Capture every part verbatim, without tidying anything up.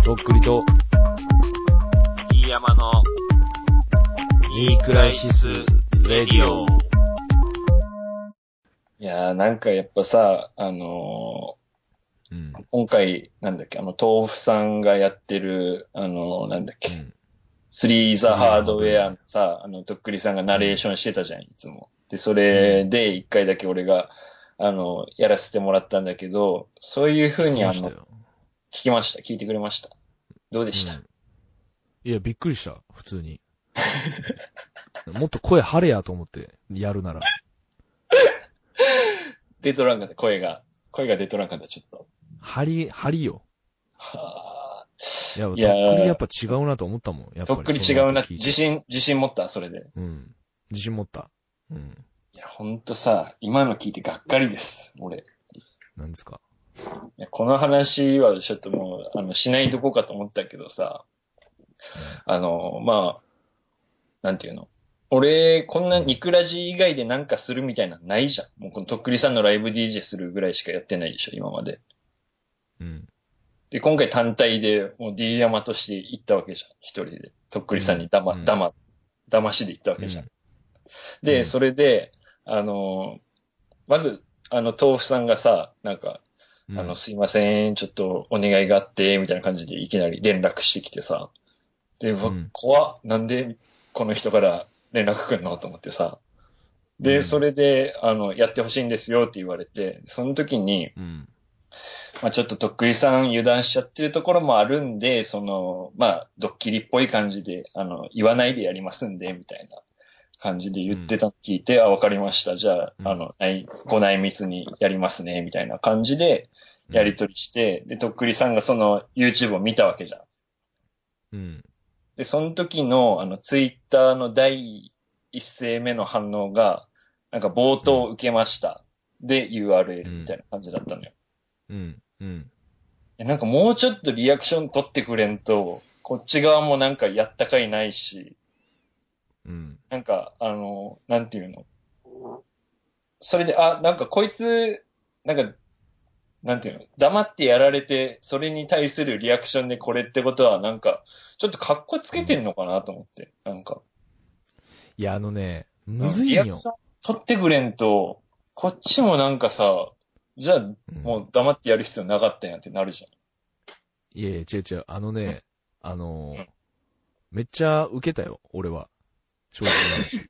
とっくりと、 飯山の、 ニークライシス・レディオ。 いやーなんかやっぱさ、あのーうん、今回、なんだっけ、あの、豆腐さんがやってる、あのー、なんだっけ、うん、スリーザハードウェアのさ、あの、とっくりさんがナレーションしてたじゃん、いつも。で、それで一回だけ俺が、あの、やらせてもらったんだけど、そういう風にあの、聞きました。聞いてくれました。どうでした？うん、 いや、びっくりした、普通に。もっと声張れやと思って、やるなら。 出とらんかった、声が。声が出とらんかった、ちょっと。 張り、張りよ。 はぁ。 いや、とっくりやっぱ違うなと思ったもん。やっぱり。 とっくり違うな。自信、自信持った、それで。 うん。自信持った。うん。 いや、ほんとさ、今の聞いてがっかりです、俺。 何ですか？ いや、この話はちょっともう、あの、しないとこかと思ったけどさ、うん、あの、まあ、なんていうの。俺、こんなニクラジ以外でなんかするみたいなのないじゃん。もうこのとっくりさんのライブ ディージェー するぐらいしかやってないでしょ、今まで。うん。で、今回単体でもう D 山として行ったわけじゃん。一人で。とっくりさんにだま、だま、だましで行ったわけじゃん。うん、で、うん、それで、あの、まず、あの、豆腐さんがさ、なんか、うん、あの、すいません、ちょっとお願いがあって、みたいな感じでいきなり連絡してきてさ。で、うわ、怖っ、なんでこの人から連絡来んのと思ってさ。で、うん、それで、あの、やってほしいんですよって言われて、その時に、うん、まあちょっととっくりさん油断しちゃってるところもあるんで、その、まあ、ドッキリっぽい感じで、あの、言わないでやりますんで、みたいな感じで言ってたの聞いて、うん、あ、わかりました。じゃあ、うん、あの、ご内密にやりますね、みたいな感じで、やりとりして、うん、で、とっくりさんがその YouTube を見たわけじゃん。うん。で、その時の、あの、ツイッターの第一声目の反応が、なんか冒頭受けました。うん、で、ユーアールエル みたいな感じだったのよ。うん。うん。なんかもうちょっとリアクション取ってくれんと、こっち側もなんかやったかいないし、うん。なんか、あの、なんていうの。それで、あ、なんかこいつ、なんか、なんていうの、黙ってやられて、それに対するリアクションでこれってことは、なんか、ちょっと格好つけてんのかなと思って、うん、なんか。 いや、あのね、むずいんよ。 リアクション取ってくれんと、こっちもなんかさ、じゃあ、もう黙ってやる必要なかったんやってなるじゃん。 いやいや、違う違う。あのね、うん、あの、うん、めっちゃ受けたよ、俺は。正直な話。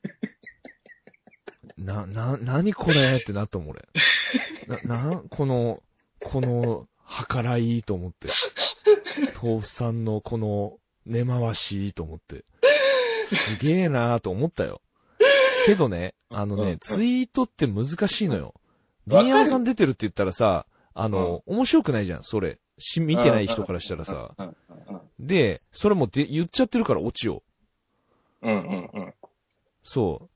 な、な、なにこれってなったもん、俺。な、な、この、この、計らいと思って。豆腐さんのこの、根回しと思って。すげえなーと思ったよ。けどね、あのね、うんうん、ツイートって難しいのよ。ディーヤマさん出てるって言ったらさ、あの、うん、面白くないじゃん、それ。し、見てない人からしたらさ。で、それもで言っちゃってるから、オチを。 うんうんうん。 そう。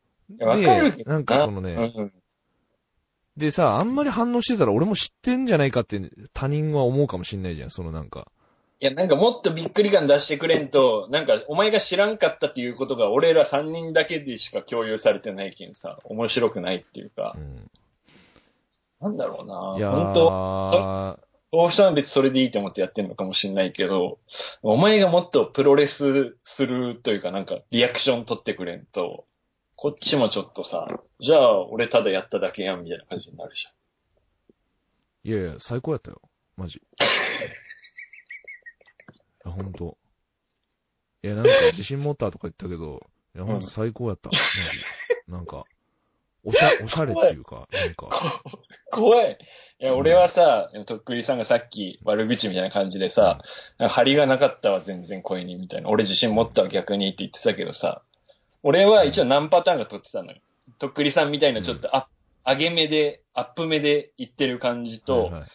わかるけどなんかそのね、うんうん、でさ、あんまり反応してたら俺も知ってんじゃないかって他人は思うかもしんないじゃん、そのなんか。 いや、なんかもっとびっくり感出してくれんと、なんかお前が知らんかったっていうことが俺らさんにんだけでしか共有されてないけんさ、面白くないっていうか。うん、なんだろうな。いやー。本当豆腐さんは別にそれでいいと思ってやってるのかもしれないけど、お前がもっとプロレスするというかなんかリアクション取ってくれんと、こっちもちょっとさ、じゃあ俺ただやっただけやんみたいな感じになるじゃん。いやいや、最高やったよ。マジ。いや、ほんと。いや、なんか自信持ったとか言ったけど、いや、ほんと最高やった。うん、マジ。なんか、おしゃ、おしゃれっていうか、なんか。 怖い。いや、俺はさ、うん、とっくりさんがさっき悪口みたいな感じでさ、うん、張りがなかったわ、全然声に、みたいな。俺自信持ったわ、逆にって言ってたけどさ、俺は一応何パターンか撮ってたのよ。とっくりさんみたいなちょっとア、うん、上げ目で、アップ目で言ってる感じと、はいはい、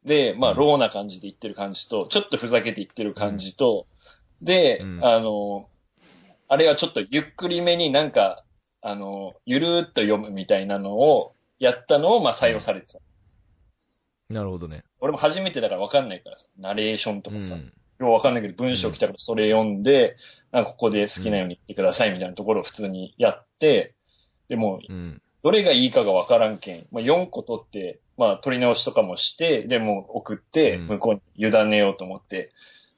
で、まあ、ローな感じで言ってる感じと、ちょっとふざけて言ってる感じと、うん、で、うん、あの、あれはちょっとゆっくりめになんか、あの、ゆるーっと読むみたいなのをやったのを、まあ、採用されてた、 うん。なるほどね。 俺も初めてだから分かんないからさ、ナレーションとかさ、うん、よう分かんないけど文章来たからそれ読んで、うん、なんかここで好きなように言ってくださいみたいなところを普通にやって、でも、うん、どれがいいかが分からんけん、まあ、よんこ取って、まあ、取り直しとかもして、でも送って、向こうに委ねようと思って、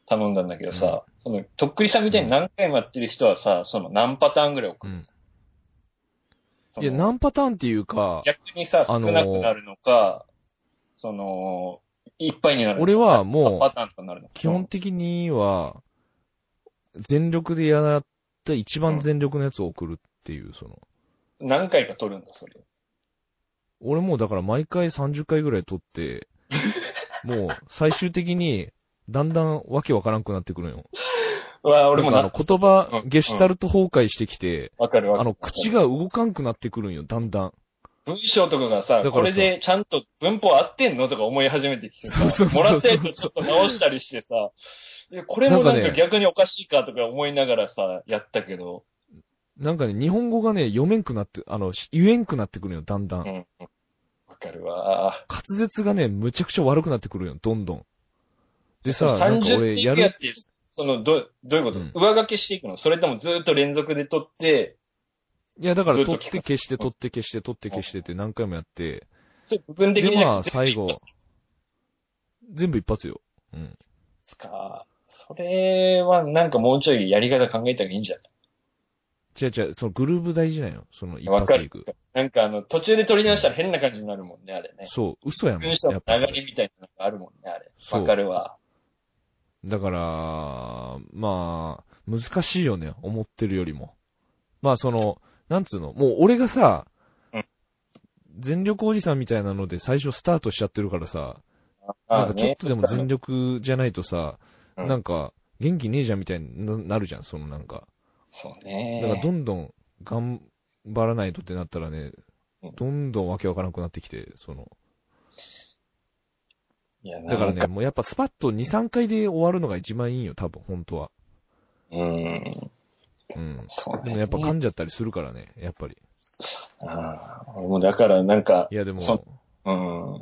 頼んだんだけどさ、うん、その、とっくりさんみたいに何回もやってる人はさ、その何パターンぐらい送る、 うん、いや、何パターンっていうか、 逆にさ、少なくなるのか、その、いっぱいになるのか。 俺はもう、 パターンとかなるのか基本的には、全力でやった一番全力のやつを送るっていう、その。 何回か撮るんだ、それ。 俺もうだから毎回さんじゅっかいぐらい撮って、もう最終的にだんだんわけわからんくなってくるんよ。 わ俺もなんかあの言葉、うん、ゲシュタルト崩壊してきて、 わかるわかる。 あの口が動かんくなってくるんよ、だんだん。 文章とかがさ、これでちゃんと文法合ってんのとか思い始めてきてさ、 そうそうそうそうもらったやつちょっと直したりしてさ、これもなんか逆におかしいかとか思いながらさ、やったけど。 なんかね、日本語がね、読めんくなって、あの、言えんくなってくるよ、だんだん。うん。 わかるわ。 滑舌がね、むちゃくちゃ悪くなってくるよ、どんどん。でさ、 なんか俺やる。やって、その、ど、どういうこと、うん、上書きしていくの？それともずっと連続で撮って、 いや、だから撮って消して、撮って消して、撮って消してって何回もやって。 それ部分的にじゃで、まあ、最後。全部一発よ。うん。 つか、それはなんかもうちょいやり方考えた方がいいんじゃない？ 違う違う、そのグルーブ大事なんよ。その一発でいく。 なんかあの、途中で取り直したら変な感じになるもんね、あれね。 そう、嘘やもん。 文章の流れみたいなのがあるもんね、あれ。わかるわ。 だから、まあ、難しいよね、思ってるよりも。まあその、なんつうの、もう俺がさ、うん、全力おじさんみたいなので最初スタートしちゃってるからさ、なんかちょっとでも全力じゃないとさ、うん、なんか元気ねえじゃんみたいになるじゃん、そのなんか。 そうね。 だからどんどん頑張らないとってなったらね、どんどんわけわからなくなってきて、その。 いやだからね、もうやっぱスパッとに、さんかいで終わるのが一番いいよ、多分、本当は。 うーん。 うん。 そうね。 でもやっぱ噛んじゃったりするからね、やっぱり。 ああ、俺もだからなんか、 いやでも、 うん。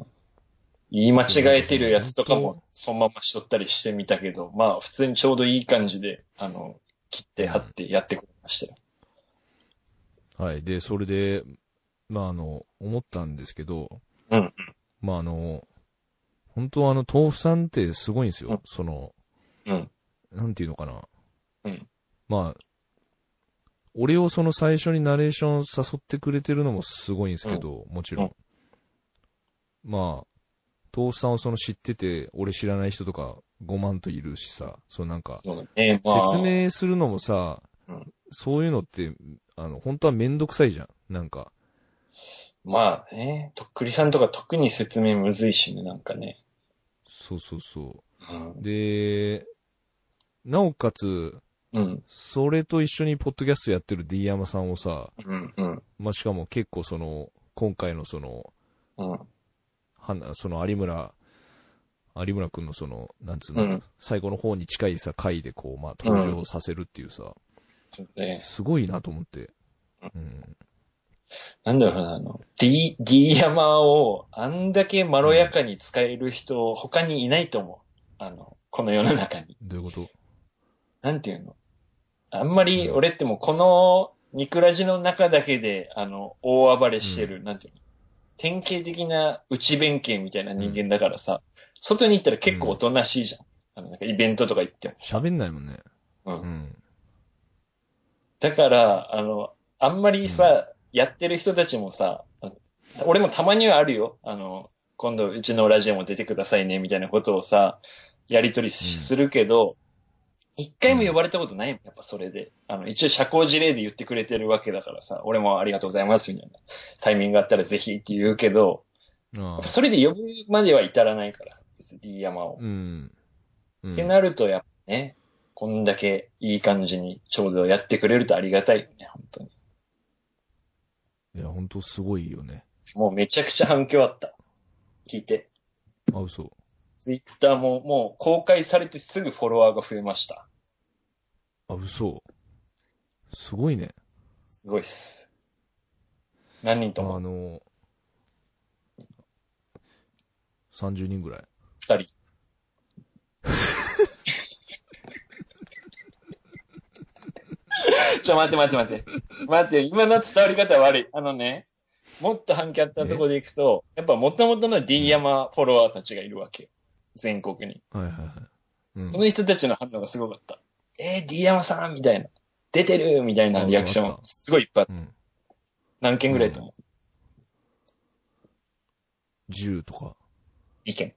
言い間違えてるやつとかもそのまましとったりしてみたけど、まあ普通にちょうどいい感じで、あの、切って貼ってやってくれましたよ。 はい。で、それで、まああの、思ったんですけど、 うん。 まああの、本当はあの、豆腐さんってすごいんですよ。うん、その、 うん。 なんていうのかな。 うん。 まあ、俺をその最初にナレーション誘ってくれてるのもすごいんですけど、うん、もちろん。うん、まあ、豆腐さんをその知ってて、俺知らない人とかごまんといるしさ、そうなんか、 ねまあ、 説明するのもさ、うん、そういうのって、あの、本当はめんどくさいじゃん、なんか。 まあね、とっくりさんとか特に説明むずいしね、なんかね。 そうそうそう。 うん、 で、なおかつ、 うん、 それと一緒にポッドキャストやってる D 山さんをさ、 うんうん、 まあ、しかも結構その、今回のその、 うん、 はその有村、有村くんのその、なんつうの、 うん、 最後の方に近いさ、回でこう、まあ、登場させるっていうさ、 うんね、 すごいなと思って。うん、 なんだろうな、あの、D、D 山をあんだけまろやかに使える人、うん、他にいないと思う。あの、この世の中に。 どういうこと？ なんていうの？あんまり俺ってもうこのニクラジの中だけで、あの、大暴れしてる、うん、なんていうの？典型的な内弁慶みたいな人間だからさ、うん、外に行ったら結構おとなしいじゃん。うん、あの、なんかイベントとか行っても。 喋んないもんね。 うん。うん、だから、あの、あんまりさ、うん、やってる人たちもさ、俺もたまにはあるよ。あの、今度うちのラジオも出てくださいね、みたいなことをさ、やりとりするけど、一、うん、回も呼ばれたことないもん、やっぱそれで。あの、一応社交辞令で言ってくれてるわけだからさ、俺もありがとうございます、みたいな。タイミングがあったらぜひって言うけど、あそれで呼ぶまでは至らないから、別に D 山を。 うんうん、 ってなると、やっぱね、こんだけいい感じにちょうどやってくれるとありがたいよね、本当に。 いや、本当すごいよね。 もうめちゃくちゃ反響あった。聞いて。 あ、嘘。 ツイッターももう公開されてすぐフォロワーが増えました。 あ、嘘。すごいね。 すごいっす。何人とも。 あの、さんじゅうにんぐらい。 ふたり。ちょ、待って待って待って。待って、今の伝わり方悪い。あのね、もっと反響あったところでいくと、やっぱ元々の D 山フォロワーたちがいるわけよ。全国に。 はいはいはい。 うん、 その人たちの反応がすごかった。えー、D 山さんみたいな。出てるみたいなリアクション、すごいいっぱいあった。うん、何件ぐらいと思う、 うん、じゅうとか。 にけん。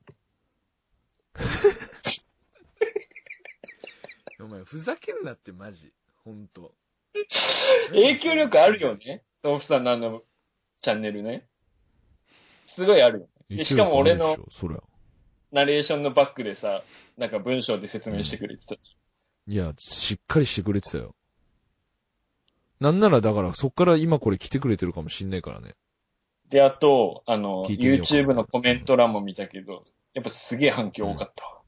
お前、ふざけるなって、マジ。ほんと。 影響力あるよね。豆腐さんのあの、チャンネルね。すごいあるよね。でしかも俺の、ナレーションのバックでさ、なんか文章で説明してくれてた、 うん。いや、しっかりしてくれてたよ。なんならだからそっから今これ来てくれてるかもしんないからね。 で、あと、あの、YouTube のコメント欄も見たけど、やっぱすげえ反響多かったわ。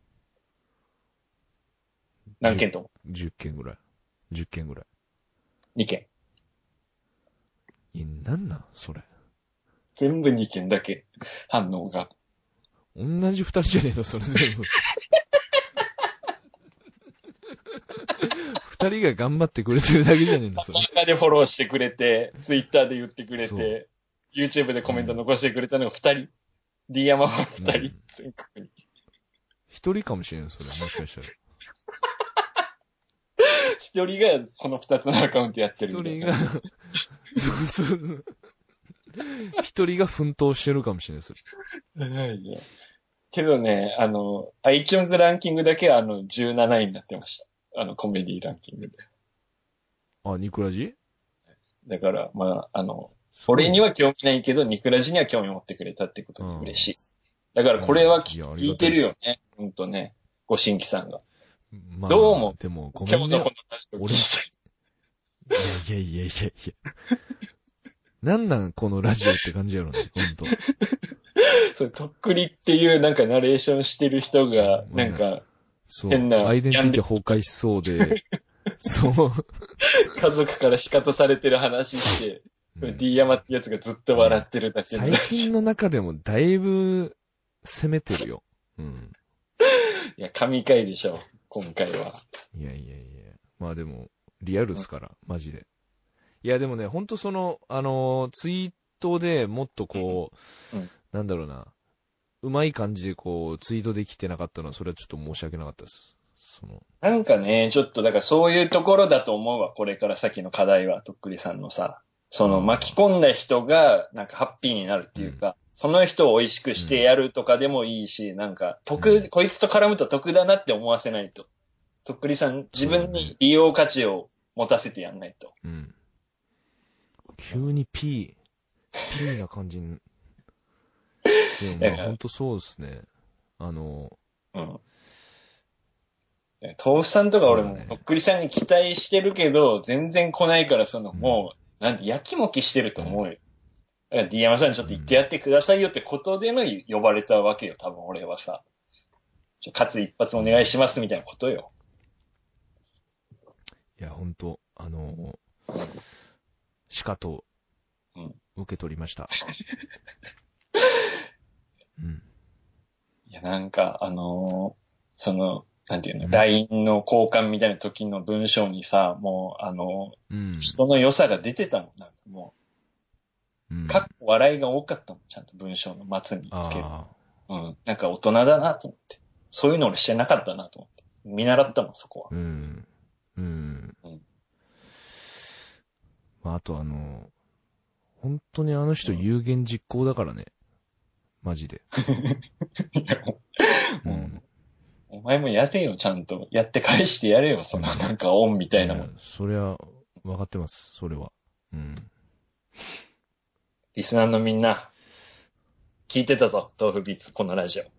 うん、何件とも ?じゅっ 件ぐらい。じゅっ件ぐらい。 にけん。 いや、なんなんそれ。 全部にけんだけ、反応が。 同じ二人じゃねえの、それ全部。二人が頑張ってくれてるだけじゃねえの、それ。 中でフォローしてくれて、Twitter で言ってくれて、YouTube でコメント残してくれたのが二人。D 山は二人、うん、全国に。 一人かもしれん、それ、もしかしたら。 一人がその二つのアカウントやってるみたいな。 一人が、そうそうそう。一人が奮闘してるかもしれない、それ。 いやけどね、あの、iTunes ランキングだけはあの、じゅうなないになってました。あの、コメディランキングで。 あ、ニクラジ？ だから、まあ、あの、俺には興味ないけど、ニクラジには興味持ってくれたってことで嬉しい。だからこれは聞、うん、聞いてるよね。ほんとね。ご新規さんが。まあ、どうも。 でも、ごめんね。 今日のこの話を聞いて。いやいやいやいやいや。なんなんこのラジオって感じやろね、ほんと。 そう、とっくりっていうなんかナレーションしてる人が、なんか、変な。 アイデンティティ崩壊しそうで、そう。 家族から仕方されてる話して、うん、D 山ってやつがずっと笑ってるだけの、 最近の中でもだいぶ攻めてるよ。うん。 いや、神回でしょ、今回は。 いやいやいや。まあでも、リアルっすから、うん、マジで。いやでもね、ほんとその、あのー、ツイートでもっとこう、うん、なんだろうな、うまい感じでこう、ツイートできてなかったのは、それはちょっと申し訳なかったです。その。 なんかね、ちょっとだからそういうところだと思うわ、これから先の課題は、とっくりさんのさ。その巻き込んだ人が、なんかハッピーになるっていうか、うん、その人を美味しくしてやるとかでもいいし、うん、なんか、得、うん、こいつと絡むと得だなって思わせないと。とっくりさん、自分に利用価値を持たせてやんないと。 うん。急に P、P な感じに。でもまあほんとそうですね。あの、 うん。豆腐さんとか俺もとっくりさんに期待してるけど、全然来ないから、その、もう、なんて、やきもきしてると思うよ。だから D 山さんにちょっと言ってやってくださいよってことでの呼ばれたわけよ、多分俺はさ。ちょ、かつ一発お願いしますみたいなことよ。 いや、ほんと、あのー、しかと、受け取りました。 うん。いや、なんか、あのー、その、なんていうの、うん、ライン の交換みたいな時の文章にさ、もう、あの、うん、人の良さが出てたもん、なんかもう。うん、かっこ笑いが多かったもん、ちゃんと文章の末につける。うん。なんか大人だなと思って。そういうの俺してなかったなと思って。見習ったもん、そこは。 うん。うん。うん。まあ、あとあの、本当にあの人有言実行だからね。マジで。 うん。お前もやれよ、ちゃんと。やって返してやれよ、そのなんかオンみたいなもん。 いや、そりゃ、わかってます、それは。うん。 リスナーのみんな、聞いてたぞ、豆腐ビーツ、このラジオ。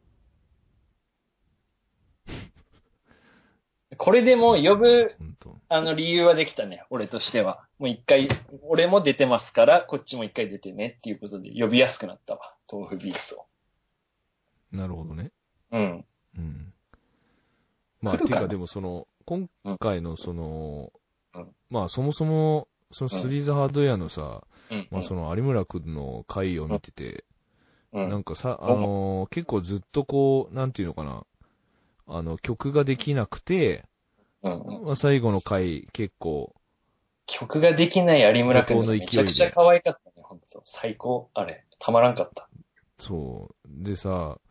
これでも呼ぶ、あの理由はできたね、俺としては。もう一回、俺も出てますから、こっちも一回出てねっていうことで呼びやすくなったわ、豆腐ビーツを。 なるほどね。 うん。 うん。まあ、ていうかでもその、今回のその、うん、まあそもそも、そのスリーズハードウェアのさ、うん、まあその有村くんの回を見てて、うん、なんかさ、あのー、結構ずっとこう、なんていうのかな、あの、曲ができなくて、うんまあ、最後の回結構、 曲ができない有村くんがめちゃくちゃ可愛かったね、ほんと。最高。あれ、たまらんかった。 そう。でさ、あ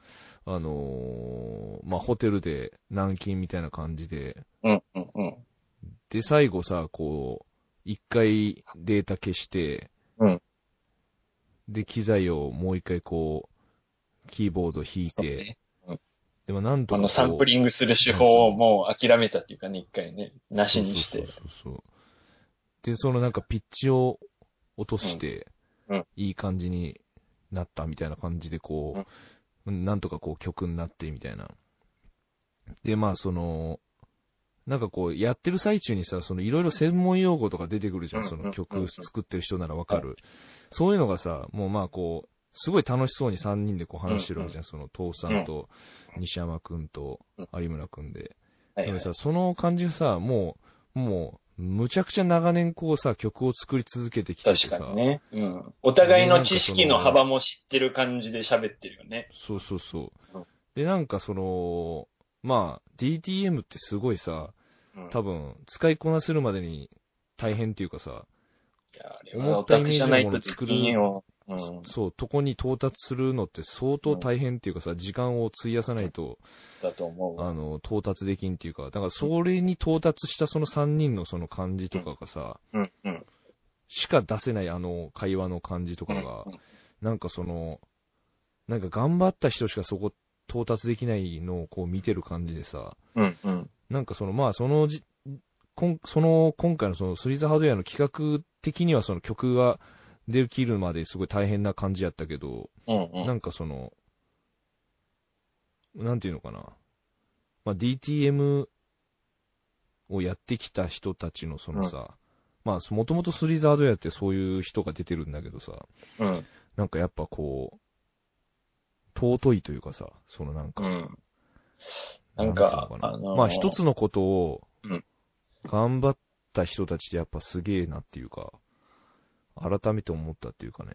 あのー、まあ、ホテルで軟禁みたいな感じで、 うんうんうん。 で、最後さ、こう、一回データ消して、 うん。 で、機材をもう一回こう、キーボード弾いて、 そうね。うん。 でもなんとかこう、 あの、サンプリングする手なんつうの法をもう諦めたっていうかね、一回ね、なしにして。 そうそうそうそう。で、そのなんかピッチを落として、 うんうんいい感じになったみたいな感じでこう、なんとかこう曲になってみたいな。で、まあその、なんかこう、やってる最中にさ、そのいろいろ専門用語とか出てくるじゃん、その曲作ってる人ならわかる。そういうのがさ、もうまあこう、すごい楽しそうにさんにんでこう話してるわけじゃん、その父さんと西山くんと有村くんで。でもさ、その感じがさ、もう、もう、むちゃくちゃ長年こうさ、曲を作り続けてきててさ。 確かにね。うん。お互いの知識の幅も知ってる感じで喋ってるよね。 そうそうそう。 うん、 で、なんかその、まあ、ディーティーエム ってすごいさ、多分、使いこなせるまでに大変っていうかさ、 いや、あれ思ったイはオタクメージのものをじゃないとで作る、 きんよ。うん。 そう、とこに到達するのって相当大変っていうかさ、時間を費やさないと、 だと思うわ。 あの、到達できんっていうか、だからそれに到達したそのさんにんのその感じとかがさ、 うん、うん。 しか出せないあの会話の感じとうん、 かがうん、 なんかその、なんか頑張った人しかそこ到達できないのをこう見てる感じでさ、 うん、うん。 なんかその、まあそのじ、こんその、今回のそのスリーザハードウェアの企画的にはその曲ができるまですごい大変な感じやったけど、 うん、うん。 なんかその、なんていうのかな。まあ ディーティーエム をやってきた人たちのそのさ、まあもともとスリーザハードウェアってそういう人が出てるんだけどさ、 うん。 なんかやっぱこう、尊いというかさ、そのなんか、 うん。ななんていうのんか、 かな。 あのー、 まあ一つのことをうん。 頑張った人たちってやっぱすげえなっていうか、改めて思ったっていうかね。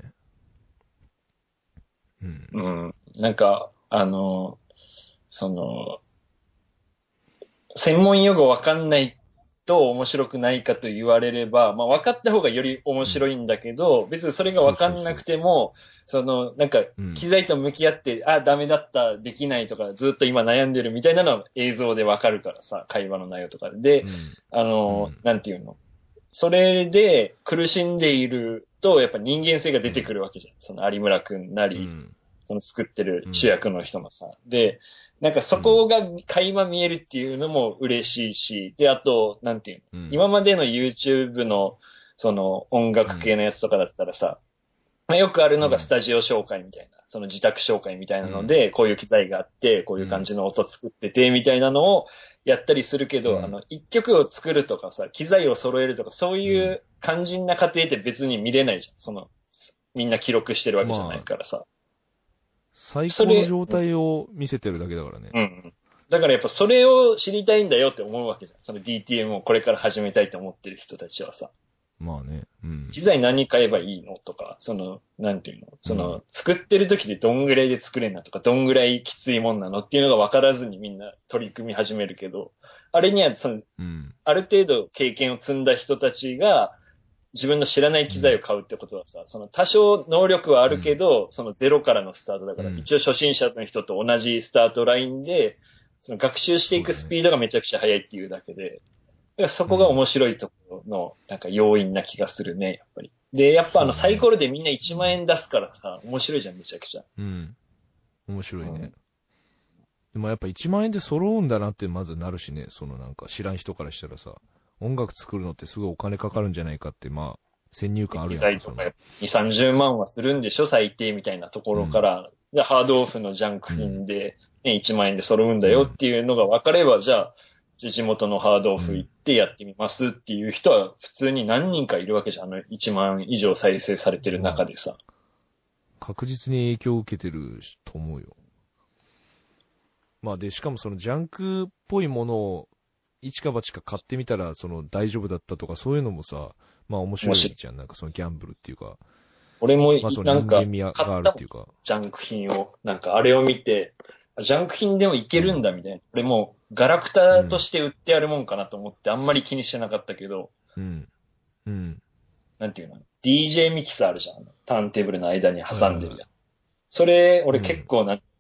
うん。 うん。なんか、あのー、その、専門用語わかんないと面白くないかと言われれば、まあ分かった方がより面白いんだけど、別にそれがわかんなくても、その、なんか、機材と向き合って、あ、ダメだった、できないとか、ずっと今悩んでるみたいなのは映像でわかるからさ、会話の内容とかで。で、 うん。 あの、 うんなんていうの。それで苦しんでいると、やっぱ人間性が出てくるわけじゃん。その有村くんなり、 うん。 その作ってるうん。 主役の人もさ。で、なんかそこが垣間見えるっていうのも嬉しいし、で、あと、なんていうの、 うん。 今までの YouTube のその音楽系のやつとかだったらさ、まあ、よくあるのがスタジオ紹介みたいな、その自宅紹介みたいなので、こういう機材があって、こういう感じの音作ってて、みたいなのをやったりするけど、あの、一曲を作るとかさ、機材を揃えるとか、そういう肝心な過程って別に見れないじゃん。その、みんな記録してるわけじゃないまあ、 からさ。 最それ、 高の状態を見せてるだけだからね。 うん、うん。だからやっぱそれを知りたいんだよって思うわけじゃん。その ディーティーエム をこれから始めたいと思ってる人たちはさ。 まあね。うん。 機材何買えばいいのとか、その、なんていうのその、 うん、 作ってる時でどんぐらいで作れんのとか、どんぐらいきついもんなのっていうのが分からずにみんな取り組み始めるけど、あれにはその、 うん。 ある程度経験を積んだ人たちが、自分の知らない機材を買うってことはさ、その多少能力はあるけど、そのゼロからのスタートだから、 うん。 一応初心者の人と同じスタートラインで、その学習していくスピードがめちゃくちゃ速いっていうだけで、そこが面白いところの、なんか要因な気がするね、やっぱり。で、やっぱあのサイコロでみんないちまん円出すからさ、面白いじゃん、めちゃくちゃ。 うん。面白いね。 うん、 でもやっぱいちまん円で揃うんだなってまずなるしね、そのなんか知らん人からしたらさ、音楽作るのってすごいお金かかるんじゃないかって、まあ、先入観ある機やんか、その。 材とかに、さんじゅうまんはするんでしょ、最低みたいなところから。で、ハードオフのジャンク品で、ね、いちまん円で揃うんだよっていうのが分かれば、じゃあ、じゃあ地元のハードオフ行ってやってみますっていう人は普通に何人かいるわけじゃん。あのいちまん以上再生されてる中でさ。 確実に影響を受けてると思うよ。まあで、しかもそのジャンクっぽいものを一か八か買ってみたらその大丈夫だったとかそういうのもさ、まあ面白いじゃん。なんかそのギャンブルっていうか。 俺もまあそのなんか人間味が買ったあるっていうか。 ジャンク品を、なんかあれを見て、ジャンク品でもいけるんだみたいな。俺もガラクタとして売ってあるもんかなと思ってあんまり気にしてなかったけど、 うん。うん。 なんていうの ?ディージェー ミキサーあるじゃん。ターンテーブルの間に挟んでるはいはいはい。 やつ。それ、俺うん。 結構な、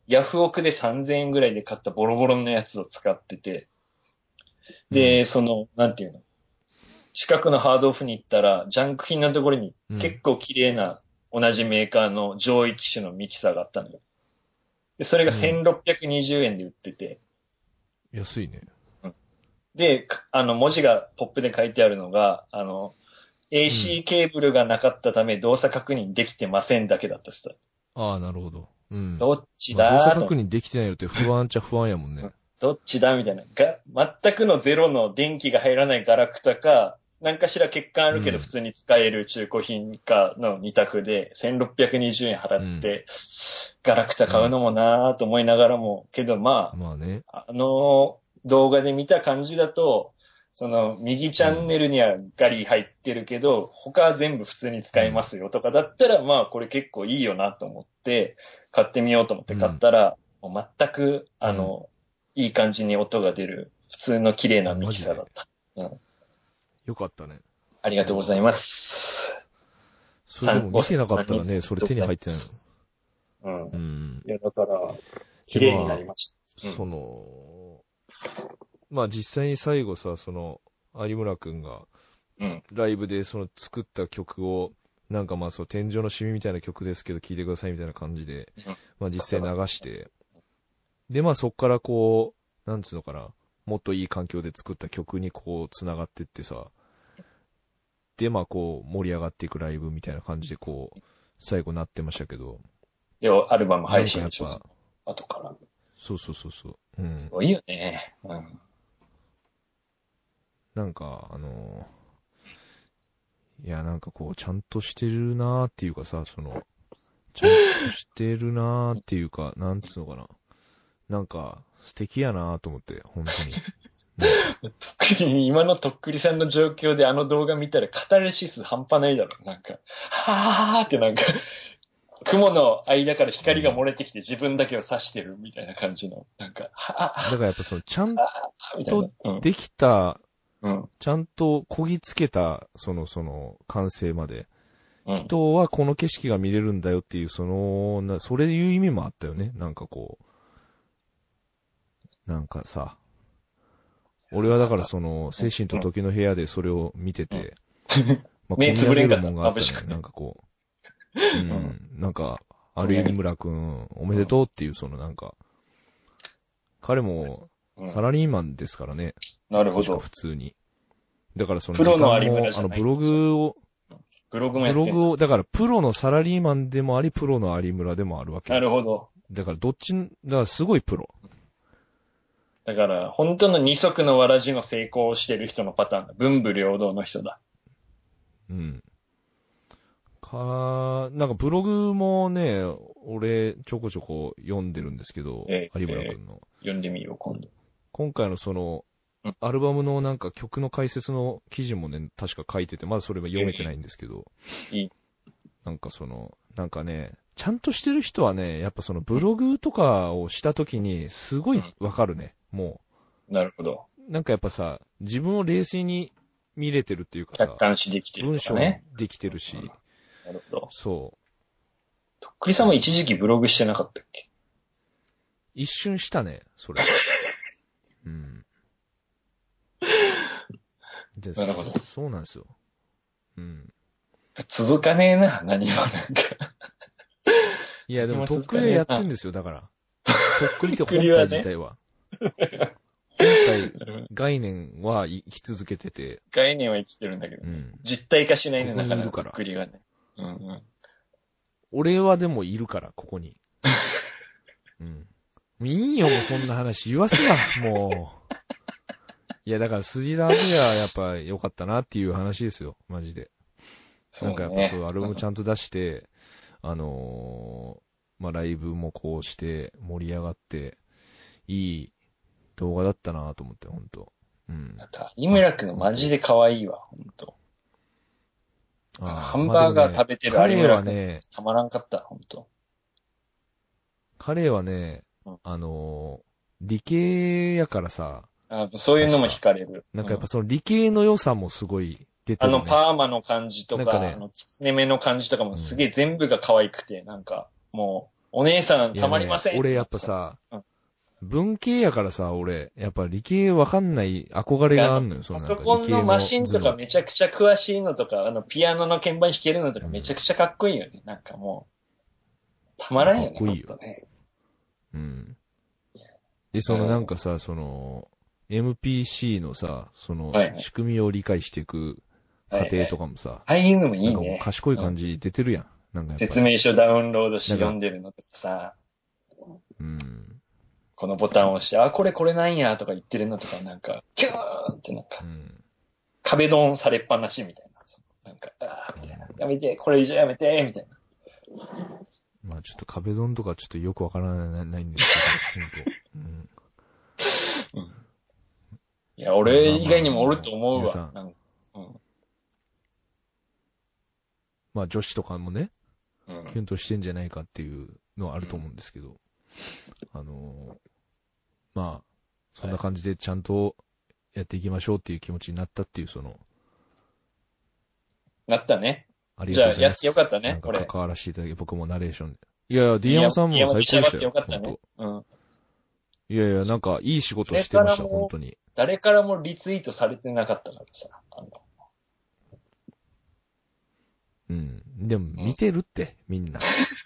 ヤフオクでさんぜんえんぐらいで買ったボロボロのやつを使ってて、で、うん、その、なんていうの、近くのハードオフに行ったら、ジャンク品のところに結構綺麗な同じメーカーの上位機種のミキサーがあったのよ。で、それがせんろっぴゃくにじゅうえんで売ってて。 うん、安いね。 うん。で、あの、文字がポップで書いてあるのが、あの、エーシー ケーブルがなかったため動作確認できてませんだけだったっす。 ああ、なるほど。うん。 どっちだー、 まあ、動作確認できてないのって不安っちゃ不安やもんね。うん、 どっちだみたいな。が、全くのゼロの電気が入らないガラクタか、何かしら欠陥あるけど普通に使える中古品かの二択でせんろっぴゃくにじゅうえん払って、うん、ガラクタ買うのもなーと思いながらも、けどまあ、 まあね、 あの動画で見た感じだと、その右チャンネルにはガリ入ってるけど、うん、他は全部普通に使えますよとかだったら、まあこれ結構いいよなと思って買ってみようと思って買ったら、うん、もう全くあの、うん、いい感じに音が出る普通の綺麗なミキサーだった。うん、 よかったね。 ありがとうございます。 それでも見てなかったらね、それ手に入ってないの。うん。うん。いや、だから、綺麗になりました。 まあ、その、まあ実際に最後さ、その、有村くんが、ライブでその作った曲を、なんかまあそう、天井のシミみたいな曲ですけど聴いてくださいみたいな感じで、うん、まあ実際流して、でまあそっからこう、なんつうのかな、もっといい環境で作った曲にこう繋がってってさ、でまあこう盛り上がっていくライブみたいな感じでこう、最後なってましたけど。 いや、アルバム配信します。後から。 そうそうそうそう。うん。 すごいよね。うん。 なんか、あのー、いや、なんかこう、ちゃんとしてるなーっていうかさ、その、ちゃんとしてるなーっていうか、なんつうのかな。なんか、素敵やなーと思って、本当に。 特に今のとっくりさんの状況であの動画見たらカタルシス半端ないだろ。なんか、はーってなんか、雲の間から光が漏れてきて自分だけを指してるみたいな感じの、なんか、はぁ。だからやっぱその、ちゃんとできた、うん、ちゃんとこぎつけた、その、その、完成まで。うん、人はこの景色が見れるんだよっていう、その、な、それいう意味もあったよね。なんかこう。なんかさ。俺はだからその、精神と時の部屋でそれを見てて、うん、まあ、 目つぶれんかった。 もんがあったね。なんかこう。うん。なんか、有村くん、おめでとうっていう、そのなんか、彼も、サラリーマンですからね。 うん、なるほど。 確か普通に。だからその時間も、あの、ブログを、 ブログもやってブログを、だからプロのサラリーマンでもあり、プロの有村でもあるわけ。 なるほど。 だからどっち、だからすごいプロ。 だから、本当の二足のわらじの成功をしてる人のパターンだ。文武両道の人だ。 うん。か、なんかブログもね、俺ちょこちょこ読んでるんですけど、えー、有村くんの、 えー。読んでみよう、今度。 今回のその、うん、アルバムのなんか曲の解説の記事もね、確か書いてて、まだそれは読めてないんですけど、 えー、いい。 なんかその、なんかね、ちゃんとしてる人はね、やっぱそのブログとかをしたときに、すごいわかるね、うん、もう。なるほど。 なんかやっぱさ、自分を冷静に見れてるっていうかさ、 客観視できてるとかね。 文章もできてるし、うん、 なるほど。 そう。 とっくりさんも一時期ブログしてなかったっけ？ 一瞬したね、それ。うん。 なるほど。 そうなんですよ。うん。 続かねえな、何もなんか。 いや、でも、とっくりはやってんですよ、だから。とっくりって本体自体は。本体、概念は生き続けてて。 概念は生きてるんだけど、ね、うん、実体化しないね、 ここにいるから。 とっくりはね。うんうん。 俺はでもいるから、ここに。うん。いいよ、もうそんな話言わすな、もう。いや、だから、筋沢ではやっぱ良かったなっていう話ですよ、マジで。ね、なんかやっぱそう、アルバムちゃんと出して、あのー、まあ、ライブもこうして盛り上がって、いい動画だったなと思って、ほんと。うん。 井村くんマジで可愛いわ、ほんと。ハンバーガー食べてる有村くん、ね、たまらんかった、ほんと。 彼はね、うん、あのー、理系やからさ、 あ、そういうのも惹かれる。 なんかやっぱその理系の良さもすごい出てる、ね。 あのパーマの感じとか、なんかね、あのキツネ目の感じとかもすげえ全部が可愛くて、なんかもうお姉さんたまりません、 ね、俺やっぱさ、 うん、 文系やからさ、俺、やっぱ理系わかんない憧れがあんのよ、そのパソコンのマシンとかめちゃくちゃ詳しいのとか、あの、ピアノの鍵盤弾けるのとかめちゃくちゃかっこいいよね。うん、なんかもう、たまらんよね。かっこいいよ。ね、 うん。で、そのなんかさ、その、エムピーシー のさ、その、仕組みを理解していく過程とかもさ、はいはい、 ああいうのもいいね。 なんかもう賢い感じ出てるやん。うん、なんかやっぱ説明書ダウンロードして読んでるのとかさ、 うん。 このボタンを押して、あ、これこれなんやとか言ってるのとかなんか、キューンってなんか、うん、壁ドンされっぱなしみたいな。なんか、あーみたいな。やめて、これ以上やめて、みたいな。 まあちょっと壁ドンとかちょっとよくわからないないんですけど、本当、うんうん、いや、俺以外にもおると思うわ。 まあまあ、なんうん、まあ女子とかもね、うん、キュンとしてんじゃないかっていうのはあると思うんですけど、うん、あのー、まあ、そんな感じでちゃんとやっていきましょうっていう気持ちになったっていう、その、 なったね。 ありがとうございます。 じゃあ、やってよかったね。 なんか関わらせていただき、僕もナレーションで。いやいや、ディアンさんも最高でしたよ。本当、うん。いやいや、なんかいい仕事してました、本当に。 誰からもリツイートされてなかったからさ。あのうん。でも、見てるって、みんな。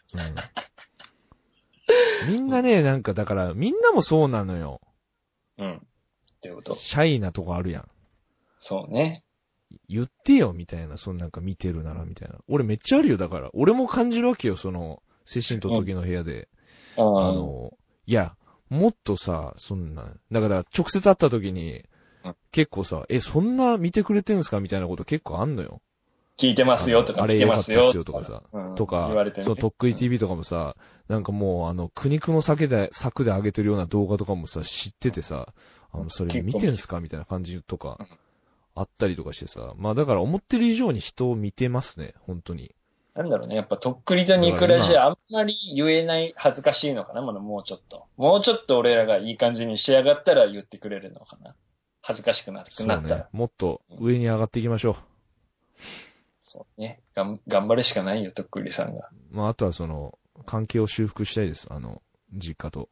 うん、みんなね、なんか、だから、みんなもそうなのよ。 うん。っていうこと。 シャイなとこあるやん。 そうね。 言ってよ、みたいな。そのなんか見てるなら、みたいな。俺めっちゃあるよ、だから。俺も感じるわけよ、その、精神と時の部屋で。うん、あの、いや、もっとさ、そんな、だから直接会った時に、うん、結構さ、え、そんな見てくれてるんすかみたいなこと結構あんのよ。 聞いてますよとか、 あれ良かったっすよとかさ、 うん、 とか、ね、そのとっくり ティーブイ とかもさ、うん、なんかもうあの、苦肉の策で、策で上げてるような動画とかもさ、知っててさ、あの、それ見てんすかみたいな感じとか、あったりとかしてさ、まあだから思ってる以上に人を見てますね、本当に。 なんだろうね、やっぱとっくりとニクラジあんまり言えない恥ずかしいのかな、まだもうちょっと。もうちょっと俺らがいい感じに仕上がったら言ってくれるのかな。恥ずかしくなってなったら。そうね、 もっと上に上がっていきましょう。 そうね。がん、頑張るしかないよ、とっくりさんが。 まあ、あとはその、関係を修復したいです、あの、実家と。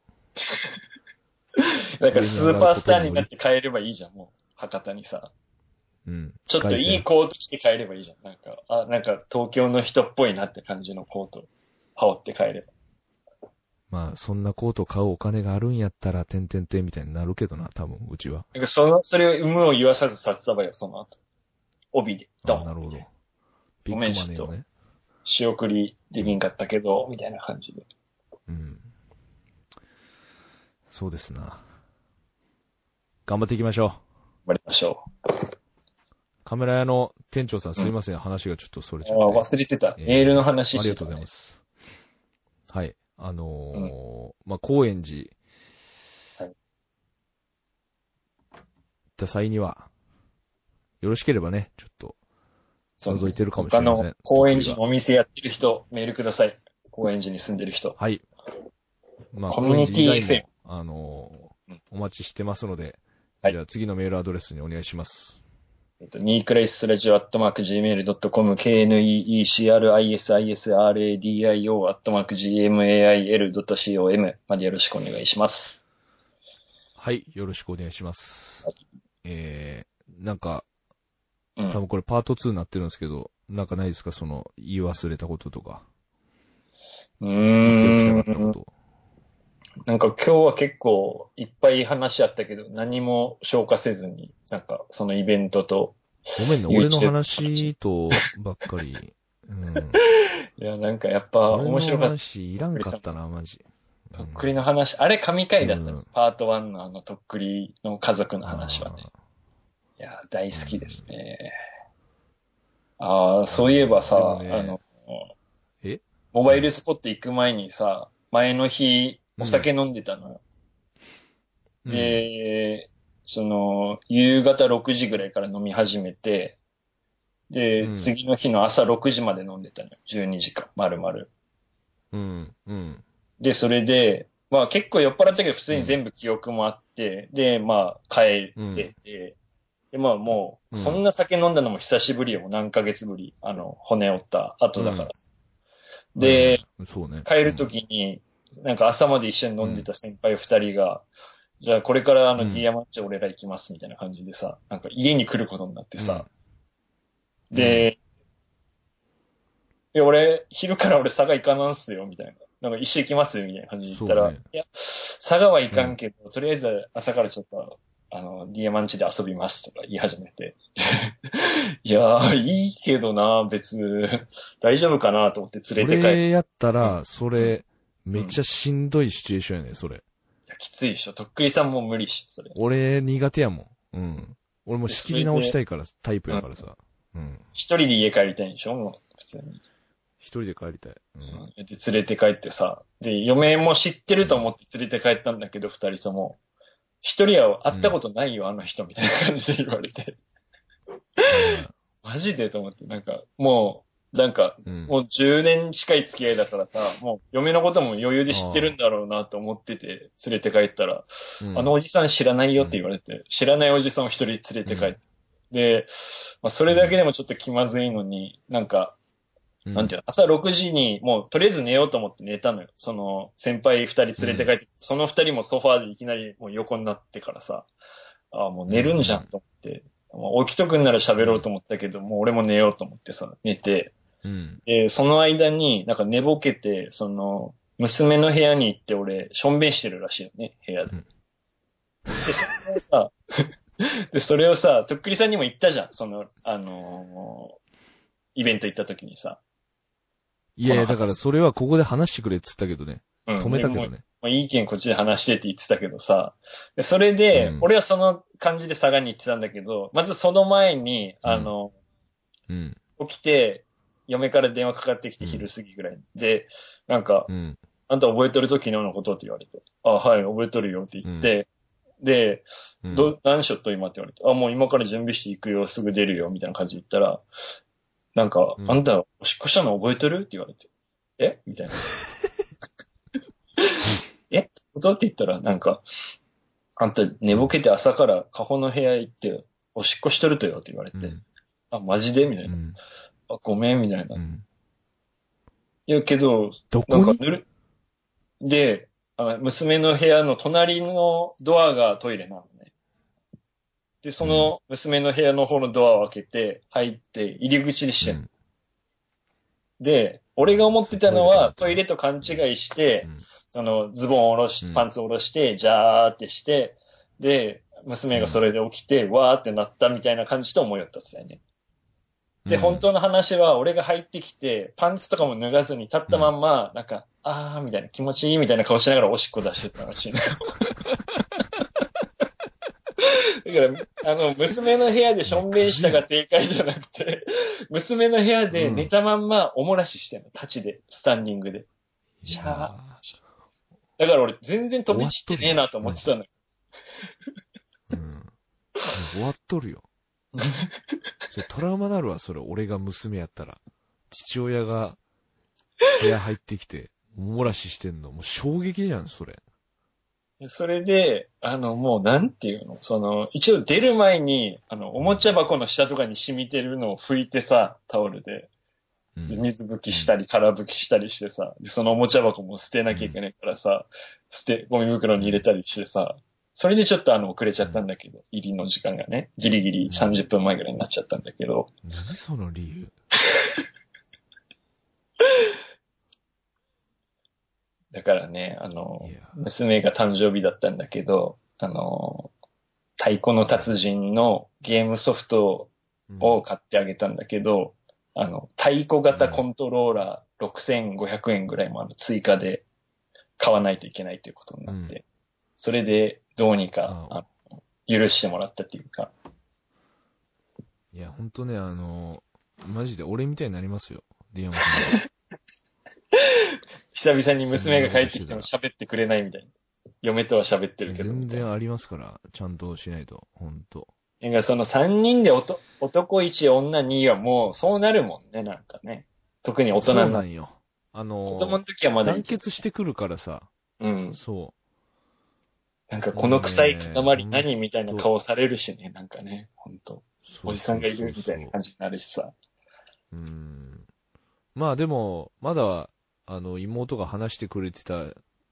なんかスーパースターになって帰ればいいじゃん、もう。博多にさ。 うん。 ちょっといいコート着て帰ればいいじゃん。なんか、あ、なんか東京の人っぽいなって感じのコート羽織って帰れば。 まあ、そんなコート買うお金があるんやったら、てんてんてんみたいになるけどな、多分、うちは。 なんかその、それを有無を言わさずさせたばよ、その後。帯で。 ドン。なるほど。 ビッグマネーをね。仕送りできんかったけど、うん、みたいな感じで。 うん。そうですな。頑張っていきましょう。頑張りましょう。 カメラ屋の店長さんすいません、うん、話がちょっとそれちゃって。 ああ、忘れてた。えー、メールの話してた、ね、 ありがとうございます。はい。あのー、うん、まあ、高円寺。はい。行った際には、よろしければね、ちょっと、覗いてるかもしれません。 他の高円寺のお店やってる人、メールください。高円寺に住んでる人。 はい。まあ、コミュニティ以外も、あのーうん、お待ちしてますので、はい、じゃあ次のメールアドレスにお願いします。 えっと、ニークライスラジオアットマーク ジーメールドットコム、ケーエヌイーイーシーアールアイエスアイエスアールエーディーアイオー アットマーク ジーエムエーアイエルドットコム までよろしくお願いします。 はい、よろしくお願いします。はい、えー、なんか、多分これパートツーになってるんですけど、うん、なんかないですかその、言い忘れたこととか。 うーん。 言っておきたかったこと。 なんか今日は結構いっぱい話あったけど、何も消化せずに、なんかそのイベントと。 ごめんね、俺の話とばっかり。うん、 いや、なんかやっぱ面白かった。 俺の話いらんかったな、マジ。 とっくりの話、あれ神回だった、うん、パートワンのあのとっくりの家族の話はね。いや、大好きですね。うん、ああ、そういえばさ、ね、あの、 えモバイルスポット行く前にさ、前の日、お酒飲んでたのよ。うん、で、うん、その、夕方ろくじぐらいから飲み始めて、で、うん、次の日の朝ろくじまで飲んでたのよ。じゅうにじかん、丸々。 うん、うん。 で、それで、まあ結構酔っ払ったけど普通に全部記憶もあって、うん、で、まあ帰ってて、うん、で、まあもう、そんな酒飲んだのも久しぶりよ。もう何ヶ月ぶり。あの、骨折った後だから。うん、で、 そうね、 帰るときに、 なんか朝まで一緒に飲んでた先輩二人が、うん、じゃあこれからあの、うん、ディアマッチ俺ら行きますみたいな感じでさ、なんか家に来ることになってさ、うん、で、うん、いや俺、昼から俺佐賀行かなんすよ、みたいな。なんか一緒行きますよ、みたいな感じで言ったら、ね、いや、佐賀は行かんけど、うん、とりあえず朝からちょっと、あの、ディアマンチで遊びますとか言い始めて。いやー、いいけどな、別、大丈夫かなと思って連れて帰って。 それやったら、それ、うん、めっちゃしんどいシチュエーションやね、それ。いや、きついでしょ。とっくりさんも無理っしょ、それ。 俺、苦手やもん。うん。俺も仕切り直したいから、タイプやからさ。うん。 一人で家帰りたいんでしょ、もう、普通に。 一人で帰りたい。うん。 で、連れて帰ってさ。で、嫁も知ってると思って連れて帰ったんだけど、二、うん、人とも。一人は会ったことないよ、うん、あの人、みたいな感じで言われて。うん、マジでと思って、なんか、もう、なんか、うん、もうじゅうねん近い付き合いだからさ、もう嫁のことも余裕で知ってるんだろうなと思ってて、連れて帰ったら、うん、あのおじさん知らないよって言われて、うん、知らないおじさんを一人連れて帰って。うん、で、まあ、それだけでもちょっと気まずいのに、なんか、うん、なんていうの、朝ろくじにもうとりあえず寝ようと思って寝たのよ。その先輩二人連れて帰って、うん、その二人もソファーでいきなりもう横になってからさ、ああ、もう寝るんじゃんと思って、うん、起きとくんなら喋ろうと思ったけど、うん、もう俺も寝ようと思ってさ、寝て、うん、で、その間になんか寝ぼけて、その、娘の部屋に行って俺、しょんべんしてるらしいよね、部屋で。うん、で、それをさ、で、それをさ、とっくりさんにも言ったじゃん、その、あのー、イベント行った時にさ。 いやいや、だからそれはここで話してくれって言ったけどね。うん、止めたけどね。 もういいけんこっちで話してって言ってたけどさ。でそれで、うん、俺はその感じで佐賀に行ってたんだけど、まずその前に、あの、うん、起きて、嫁から電話かかってきて昼過ぎぐらい、うん、で、なんか、うん、あんた覚えとると昨日のことって言われて、あ、はい、覚えとるよって言って、うん、で、ど、何しょっと今って言われて、あ、もう今から準備していくよ、すぐ出るよ、みたいな感じで言ったら、なんか、うん、あんた、おしっこしたの覚えとるって言われて。えみたいな。えことって言ったら、なんか、あんた寝ぼけて朝からカホの部屋行って、おしっこしとるとよって言われて。うん、あ、マジでみたいな、うん。あ、ごめん、みたいな。うん、いや、けど、 どこになんかぬる、であ、娘の部屋の隣のドアがトイレなのね。で、その娘の部屋の方のドアを開けて、入って、入り口でしてんの。うん、で、俺が思ってたのは、トイレと勘違いして、うん、その、ズボンを下ろし、パンツを下ろして、ジャーってして、で、娘がそれで起きて、うん、わーってなったみたいな感じと思いよったっすよね。で、うん、本当の話は、俺が入ってきて、パンツとかも脱がずに立ったまんま、うん、なんか、あーみたいな、気持ちいいみたいな顔しながらおしっこ出してたらしいのよ。だから、あの、娘の部屋でしょんべんしたが正解じゃなくて、娘の部屋で寝たまんまおもらししてんの。立ちで、スタンディングで。シャー。だから俺全然飛び散ってねえなと思ってたのよ。 うん。終わっとるよ。それトラウマなるわ、それ。俺が娘やったら。父親が部屋入ってきて、おもらししてんの。もう衝撃じゃん、それ。 それで、あの、もう、なんていうのその、一応出る前に、あの、おもちゃ箱の下とかに染みてるのを拭いてさ、タオルで。で水拭きしたり、空拭きしたりしてさ、で、そのおもちゃ箱も捨てなきゃいけないからさ、捨て、ゴミ袋に入れたりしてさ、それでちょっとあの、遅れちゃったんだけど、入りの時間がね、ギリギリさんじゅっぷんまえぐらいになっちゃったんだけど。 何その理由だからね、あの、娘が誕生日だったんだけど、あの、太鼓の達人のゲームソフトを買ってあげたんだけど、うん、あの、太鼓型コントローラーろくせんごひゃくえんぐらいもあの追加で買わないといけないということになって、うん、それでどうにかあの許してもらったっていうか。 いや、ほんとね、あの、マジで俺みたいになりますよ、ディアマさん。 久々に娘が帰ってきても喋ってくれないみたいな。嫁とは喋ってるけど。 全然ありますから、ちゃんとしないと、ほんと。 なんかそのさんにんでおと男いち、女にはもうそうなるもんね、なんかね。特に大人になそうなんよ。あのー、 子供の時はまだいい。 団結してくるからさ。 うん。 そう。 なんかこの臭い塊何みたいな顔されるしね、なんかね、ほんと。おじさんがいるみたいな感じになるしさ。 うーん。まあでも、まだ、あの、妹が話してくれてた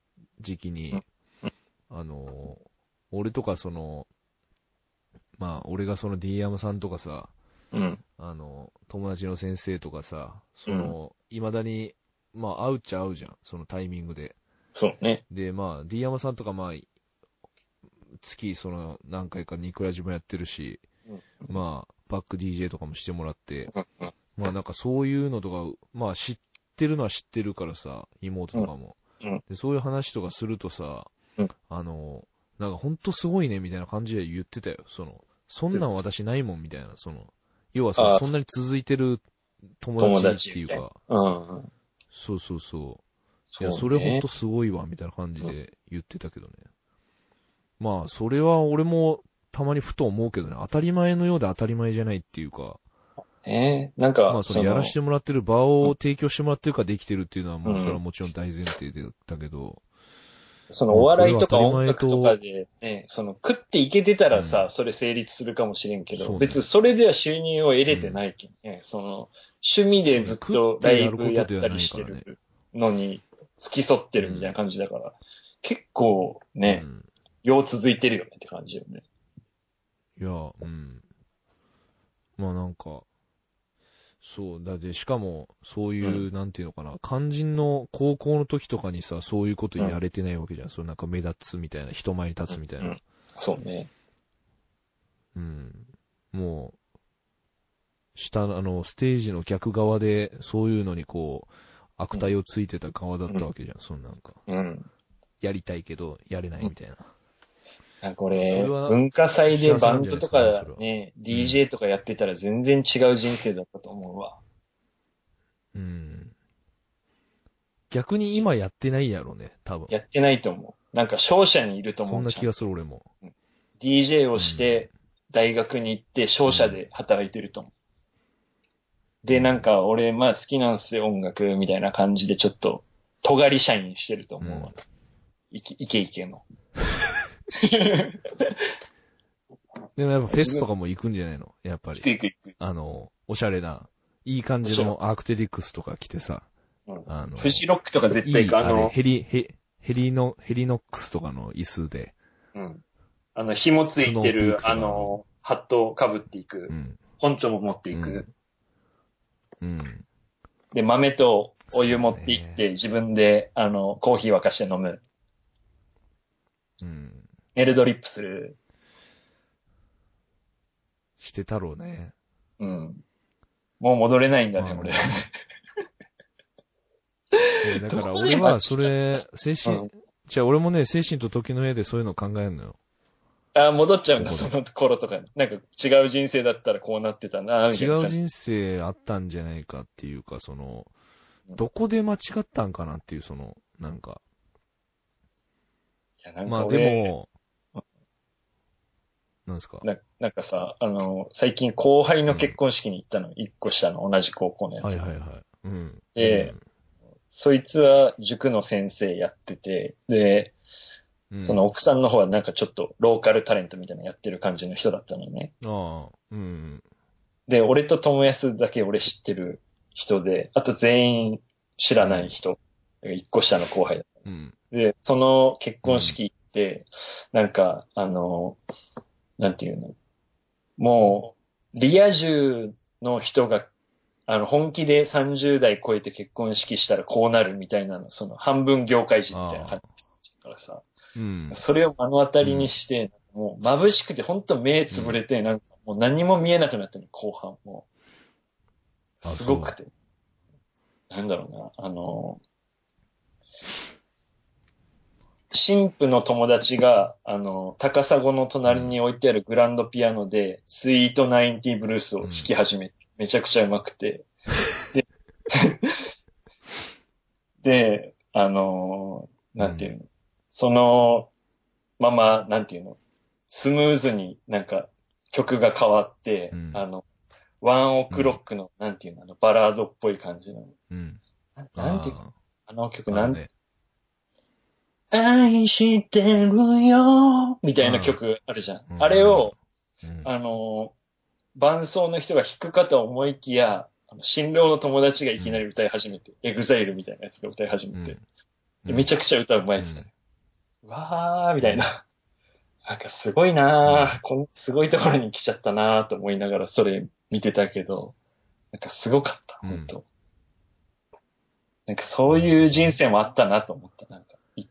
時期に、あの、俺とかその、まあ、俺がその ディーエム さんとかさ、 うん。 あの、友達の先生とかさ、その、未だに、まあ、会うっちゃ会うじゃん、そのタイミングで。 そうね。 で、まあ、ディーエム さんとか、まあ、月、その、何回かニクラジもやってるし、 うん、 まあ、バック ディージェー とかもしてもらって、 うんうん、 まあ、なんかそういうのとか、まあ、知ってるのは知ってるからさ、妹とかも。 うん、 で、そういう話とかするとさ、 うん、 あの、なんかほんとすごいね、みたいな感じで言ってたよ。その、そんなん私ないもん、みたいな、その、要はその、 ああ、 そんなに続いてる友友達っ達みたいていうか、 な。うん。 そうそうそう。いや、 そうそれほんね。 とすごいわ、みたいな感じで言ってたけどね。まあ、それは俺もたまにふと思うけどね、当たり前のようで当たり前じゃないっていうか、 ね、なんか、 まあ、そのやらしてもらってる場うん、 を提供してもらってるからできてるっていうのは、まあ、それはうん、 もちろん大前提でだけど、 そのまあ、これお笑いとは当たり前か音楽とかと、 でね、その食っていけてたらさ、 うん、 それ成立するかもしれんけど、 そうね。 別にそれでは収入を得れてうん。 ないけんね。その、趣味そうね。 でずっ食ってやることライブやとではったりないからね。 してるのに、付き添ってるみたいな感じだから、結構ね、 うん。 よう続いてるよねって感じよね。 いや、うん。まあなんか、そう、だってしかも、そううん。 いう、なんていうのかな、肝心の高校の時とかにさ、そういうことうん。 やれてないわけじゃん。そうなんか目立つみたいな、人前に立つみたいな。 うん。そうね。 うん。もう、下の、あの、ステージの逆側で、そういうのにこう、悪態をついてた側だっうん。 たわけじゃん。そんなんか。 うん。 やりたいけど、やれないみたいな。 なんかこまあ、それれ、 は、 文化祭で幸せバンなんじゃないですかね、そドとかれは。 ね、 うん。 ディージェー とかやってたら全然違う人生だったと思うわ。 うん。逆に今やってないやろね、多分。 やってないと思う。なんか商社にいると思う、ちゃんと。 そんな気がする、俺も。 ディージェー をうん。 して、大学に行って商社うん。 で働いてると思う。で、なんうん。 か俺、まあ好きなんすよ、音楽、みたいな感じでちょっと、尖り社員してると思うわ。 うん。 いけ、いけいけの。 でもやっぱフェ自分、 スとかも行くんじゃないのやっぱ行り。 く行く行く。 あの、おしゃれな、いい感じもちろん。 のアークテリクスとか着てさ、 うん。 あの、 フジロックとか絶対行く。 いい、あれ、 あの、 ヘリ、ヘ、ヘリの、ヘリノックスとかの椅子で、 うん。あの、紐つスノーピーいてる、あクとかの、 の、ハットを被っていく。 うん、 ポンチョも持っていく。 うん、うん。 で、豆とお湯そう持って行っね。 て、自分で、あの、コーヒー沸かして飲む。 うん。 ネルドリップする。 してたろうね。 うん。もう戻れないんだね、俺。 まあね。いや、だどからこで間違俺は、それ、精神、 うん。 じゃあ俺もね、精神と時の上でそういうの考えるのよ。 あ、戻っちゃうんだ、 ここで。 その頃とかに。なんか違う人生だったらこうなってたな、みた違いな感じ。 う人生あったんじゃないかっていうか、その、 うん、いどこで間違ったんかなっていう、その、なんか。 や、なんまあでか俺、 も、なんですか。 な、なんかさ、あの、最近後輩の結うん。 婚式に行ったの。一個下の同じ高校のやつ。 はいはいはい。うん。うで、 ん。 そいつは塾の先生やってて、で、そのうん。 奥さんの方はなんかちょっとローカルタレントみたいなのやってる感じの人だったのね。 ああ、うん。 で、俺と友安だけ俺知ってる人で、あと全員知らないうん。 人。一個下の後輩だ。 うん。 で、その結うん。 婚式行って、なんか、あの、なんていうの、もう、リア充の人が、あの、本気でさんじゅう代超えて結婚式したらこうなるみたいなの、その半分業界人みたいな感ああ、 じだからさ、 うん。 それを目の当たりにうん。 して、もう眩しくて本当目うん。 つぶれて、なんかもう何も見えなくなってる、後半もう。 あ、 すごくそて。なんだろうな、あの、新婦の友達が、あの、高砂のう。う隣にん。 置いてあるグランドピアノで、スイートナインティブルースを弾うん。 き始めて、めちゃくちゃ上手くて。で、で、あの、 うん。 なんていうの、そのまま、なんていうの、スムーズになんか曲が変わって、あうん。 の、ワンオうん。 クロックの、なんていうの、あの、バラードっぽい感じの、 うん。 な、なんていうか、 ああの曲あ、あなん、 るね。 愛してるよ、みたいなあ曲あるじゃん。 あ、うん、あるある。 あれを、 うん。 あの、伴奏の人が弾くかと思いきや、あの新郎の友達がいうん。 きなり歌い始めて、エグザイルみたいなやつが歌い始めて、 うん。うでめちん。 ゃくちゃ歌うまいやつだよ。 うん。 うわー、みたいな。なんかすごいなー、こん、すごいところに来ちゃったなーと思いながらそれ見てたけど、なんかすごかった、 うん本当。なんかそういう人生もあったなと思った、なんか言って。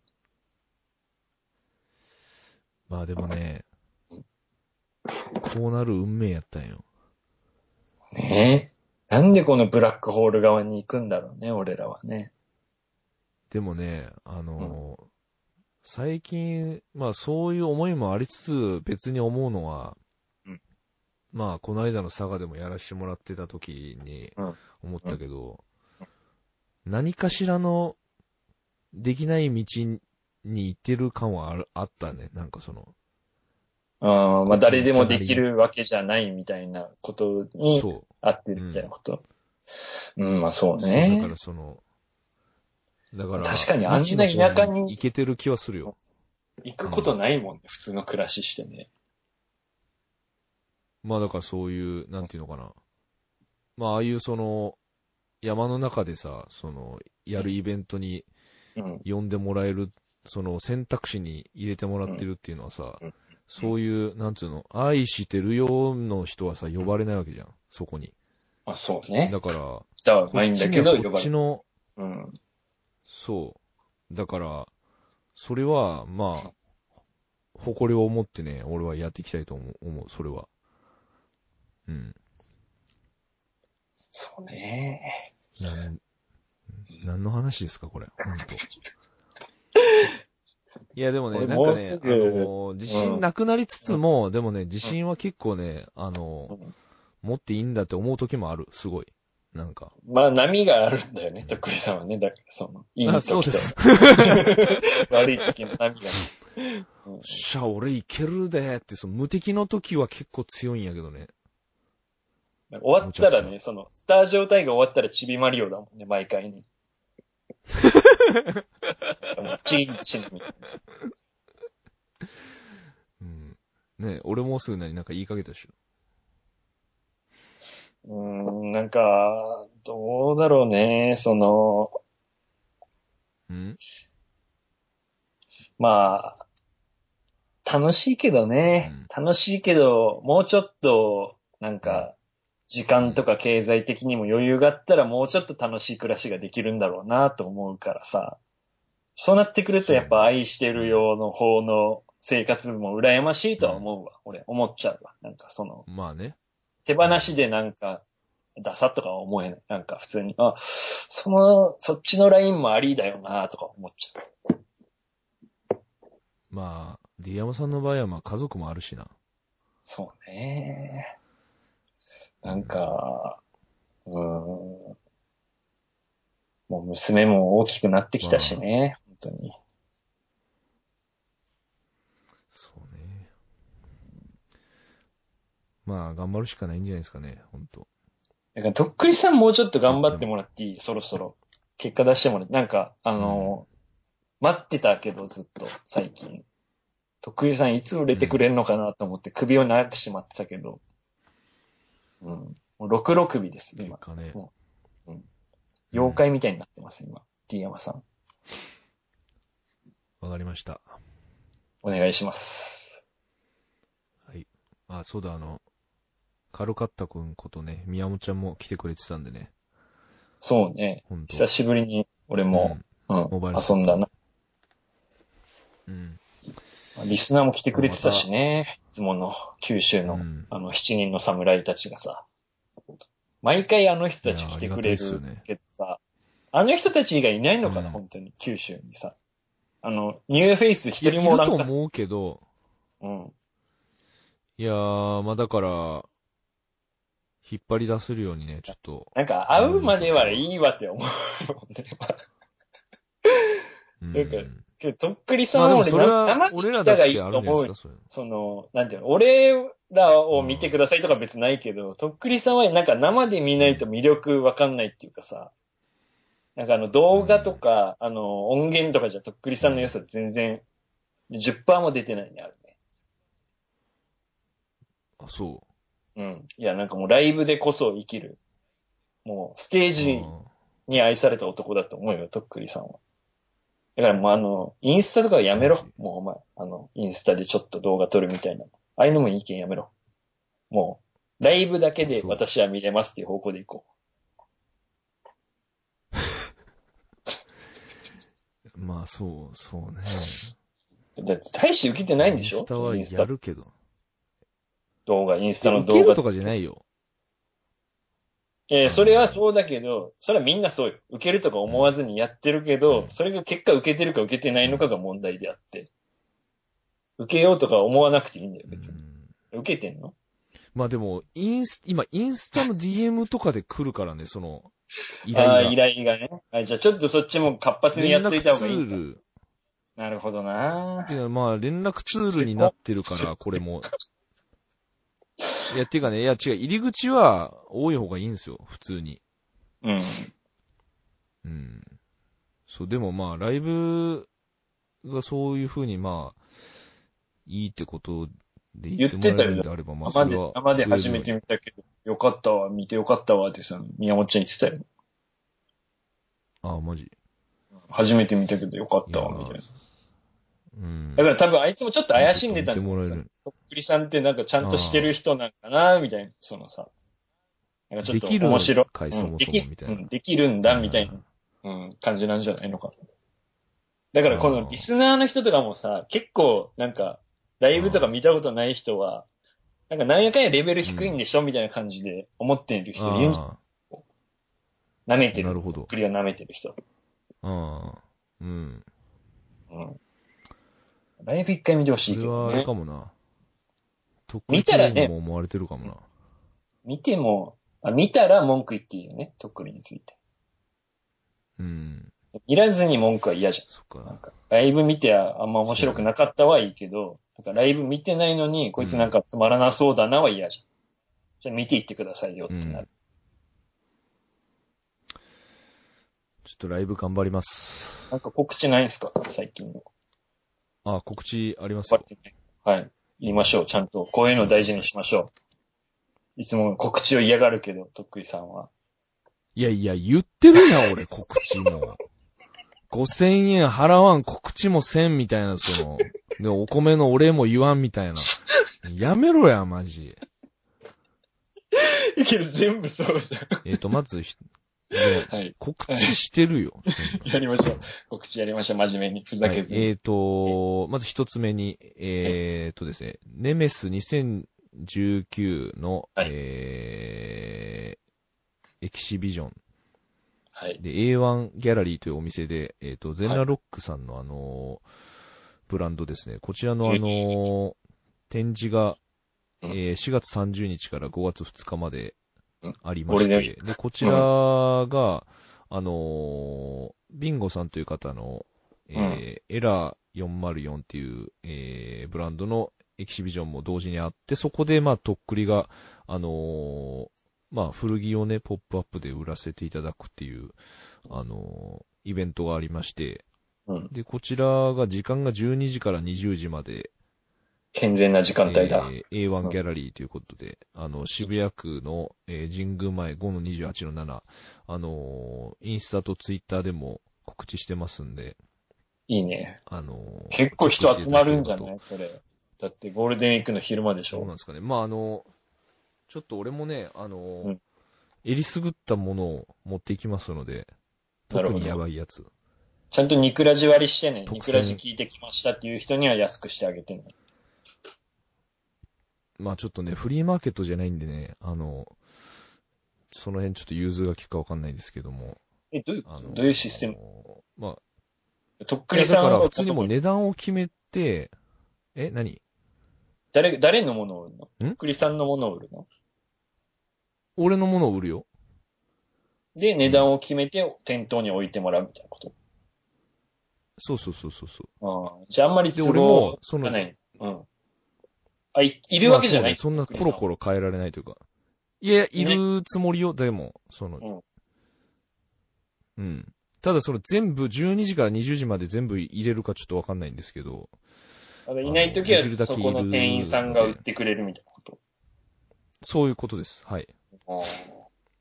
まあでもね、こうなる運命やったんよ。 ねえ。なんでこのブラックホール側に行くんだろうね、俺らはね。 でもね、あうんのー最近、まあそういう思いもありつつ、別に思うのは、 うん、 まあこの間の佐賀でもやらせてもらってた時にうん、 思っうん。 たけど、何かしらのできない道に行ってる感はあるあったね。なんかその、 ああ、まあこっちに行っ誰でもでたなりの。 きるわけじゃないみたいなことにそ合ってう。うるみたいなん。 こと。うん、まあそうそう、だからね。 その、だから、 確かにあんな未知の方田舎にに行けてる気はするよ。 行くことうん。 ないもんね、普通の暮らししてね。 まあだからそういう、なんていうのかな。まあああいうその、山の中でさ、その、やるイベントにうん、 呼んでもらえる、その選択肢に入れてもらうん、 ってるっていうのはさ、 うん、うん。 そういう、なんつうの、愛してるよの人はさ、呼ばれないわけじゃん、そこに。 まあそうね。 だから、 人はうこっまいんだけちにはこっど呼ばれる。 ちの、 うん。 そう。だから、それは、まあ、誇りを持ってね、俺はやっていきたいと思う、思う、それは。うん。 そうね。 なん、何の話ですか、これ。ほんと。いや、でもね、 俺なんかね、 もうすあぐ、 のー自うん、 信なくなりつうん、 つも、でもね、自うん、 信は結構ね、あのうん。 ー持っていいんだって思う時もある、すごい。なんか。 まあ波があるんだよね、とっうん、 くりさんはね。だからその、いあ、 い時とそうです。 悪い時の波がね。うん、 しゃ、俺いけるでって、その無敵の時は結構強いんやけどね。 終わむちゃくちゃ。 ったらね、その、スター状態が終わったらチビマリオだもんね、毎回に。なんかもう、チリチリみたいな。 うん。ね、俺もうすぐ何なんか言いかけたでしょ。 うーん、なんか、どうだろうね、その、 うんまあ、楽しいけどね。 うん。 楽しいけど、もうちょっと、なんうん。 か、時うん。 間とか経済的にも余裕があったらもうちょっと楽しい暮らしができるんだろうなと思うからさ。そうなってくるとやっぱそうね。 愛してるうん。 よの方の生活も羨ましいとはうん。 思うわ。俺、思っちゃうわ。なんかその、 まあね。 手うん。 放しでなんか、ダサとかは思えない。なんか普通に、あ、その、そっちのラインもありだよなとか思っちゃう。 まあ、ディアマさんの場合はまあ家族もあるしな。 そうね。なんうん。 か、うーん。もう娘も大きくなってきたしまあ、 ね。本当に。 そうね。まあ、頑張るしかないんじゃないですかね。ほんと。 だから、とっくりさんもうちょっと頑張って言っても。 もらっていい？そろそろ。結果出してもらって。なんか、あうん。 の、待ってたけど、ずっと、最近。とっくりさんいつ売れてくうん。 れるのかなと思って首を長くしまってたけど。うん。もうろくろ首です、今。 結果ね。 もう、うん。妖うん。 怪みたいになってます、今。D 山さん。 わかりました。 お願いします。 はい。あ、そうだ、あの、カルカッタ君ことね、宮本ちゃんも来てくれてたんでね。 そうね。 ほんと。 久しぶりに俺も、 うん。 うん、 モバイルス遊んだな。 ット。うん。 リスナーも来てくまあ、 れてたまた、 しね。いつもの九州の、 うん。 あの、七人の侍たちがさ。毎回あの人たちいや、 来てありがたいくれるっすよね。 けどさ。あの人たち以外いないのかな、 うん。 本当に。九州にさ。あの、ニューフェイスいや、 一人いるもおらんかった。 と思うけど、 うん。 いやー、まあだから、引っ張り出せるようにね、ちょっと、 なんか、会頑張りましょう、 うまでそれは。 はいいわって思うもんね。 うなんか、 ん。 けど、とっくりさまあでもんは俺な、 それは、 生で俺らだ見たがいってあるいと思う。 んじゃないですか、それ。 その、なんていうの、俺らを見てくうん。 ださいとか別にないけど、とっくりさんはなんか生で見ないとうん。 魅力わかんないっていうかさ、なんかあのう動画とん。 か、あの音源とかじゃとっくりうん。 さんの良さ全然じゅっパーセントも出てないね、あるね。 あ、そうん。いや、なんかもうライブでこそ生きる。もうステーう。 ジああ。 に愛された男だと思うよ、とっくりさんは。 だからもうあの、インスタとかはやめろ。もうお前、あの、インスタでちょっと動画撮るみたいな。ああいうのもいいけんやめろ。もう、ライブだけで私は見れますっていう方向でいこう。まあ、そう、そうね。 う。だって大して受けてないんでしょインスタはインスタやるけど。 動画、インスタでの動画。 受けるとかじゃないよ。 えー、それはそうだけど、それはみんなそうよ。受けるとか思わずにやってるけど、 うんそれが結果受けてるか受けてないのかが問題であって。受けようとか思わなくていいんだよ、別に。受けてんの？ まあでも、インス、今、インスタの ディーエム とかで来るからね、その、依ああ、 頼が。 依頼がね。あ、じゃあちょっとそっちも活発にや連絡っといた方ツがいいんだ。 ール。 なるほどな。 てかまあ、連絡ツールになってるから、これも。いや、てかね、いや違う、入り口は多い方がいいんですよ、普通に。 うん。 うん。そう、でもまあ、ライブがそういう風にまあ、いいってことで言ってもらえるんであれば、まあ、そ生で、 れは生で初め増えるように。 て見たけど、よかったわ、見てよかったわってさ、宮本ちゃん言ってたよ。 ああ、マジ。 初めて見たけどよかっいやたわ、みたいな。 うん。 だから多分あいつもちょっと怪しんでたんだよ。 ちょっと見てもらえる。 とっくりさんってなんかちゃんとしてる人なんかな、みたいな、そのさ。なんかちょっとできる面白い。 かい、 うん、 そもでき、 そもみたいな。 うん、できるんだ、みたいな、うん、感じなんじゃないのか。だからこのリスナーの人とかもさ、結構なんか、ライブとか見たことない人は、なんかなんやかんやレベル低いんでしょ、みたいな感じで思っている人いるんじゃん。舐めてる。 なるほど。 とっくりを舐めてる人。 ああ。うん。 うん。ライブ一回見てほしいけどね。 それはあれかもな。とっくり見たらね系にも思われてるかもな。 見ても、あ、見たら文句言っていいよね、とっくりについて。 うん。 見らずに文句は嫌じゃん。 そっか。 なんかライブ見てあんま面白くなかったはいいけど、なんかライブ見てないのに、こいつなんかつまらなそうだなは嫌じゃん。じゃあ見ていってくださいよってなる。 ちょっとライブ頑張ります。 なんか告知ないんすか最近の。 あ、告知ありますよ。 はい。言いましょう。ちゃんと。こういうの大事にしましょう。いつも告知を嫌がるけど、とっくりさんは。 いやいや、言ってるやん、俺、告知も。ごせんえん払わん告知もせんみたいな、その、で、お米のお礼も言わんみたいな。やめろや、マジ。 いけど全部そうじゃん。 えっ、と、まず、 はい。 告知してるよ。 やりましょう。告知やりましょう。真面目に。ふざけずに。 はい、えっ、と、まず一つ目に、えっ、とですね、ネメスにせんじゅうきゅうの、 はい、 えー、エキシビジョン。 はい。 で、エーワン ギャラリーというお店で、えっ、と、ゼンラロックさんのあの、ブランドですね。こちらのあの、展示が、えー、しがつさんじゅうにちからごがつふつかまでありまして、で、こちらが、あのー、ビンゴさんという方の、えー、エラーよんまるよんっていう、えー、ブランドのエキシビジョンも同時にあって、そこで、まあ、とっくりが、あのー、まあ、古着をね、ポップアップで売らせていただくっていう、あのー、イベントがありまして、で、こちらが時間がじゅうにじからにじゅうじまで、 健全な時間帯だ。 えー、エーワン ギャラリーということで、うん、あの、渋谷区の、えー、神宮前 ごのにじゅうはちのなな、あのー、インスタとツイッターでも告知してますんで。 いいね。 あのー、 結構人集まるんじゃないそれ。だってゴールデンウィークの昼間でしょ。 そうなんですかね。まあ、あの、ちょっと俺もね、あのー、 うん、 えりすぐったものを持っていきますので、特にやばいやつ。 ちゃんとニクラジ割りしてね。ニクラジ聞いてきましたっていう人には安くしてあげてね。 まあちょっとね、フリーマーケットじゃないんでね、あの、その辺ちょっと融通が効くかわかんないですけども。 え、どういう、あのー、どういうシステム？ まあ、 とっくりさんは。 だから普通にもう値段を決めて、え、何？ 誰、誰のものを売るの？ ん？ とっくりさんのものを売るの？ 俺のものを売るよ。 で、値段を決めて店頭に置いてもらうみたいなこと。 そうそうそうそうそう。ああ。じゃああんまり都合で、俺も、その、 うん。あ、い、いるわけじゃない、 まあ、そうね、そんなコロコロ変えられないというか。いや、いるつもりよ、でも、その、うん。うん。ただそれ全部じゅうにじからにじゅうじまで全部入れるかちょっとわかんないんですけど。 いないときはそこの店員さんが売ってくれるみたいなこと。 そういうことです。はい。あ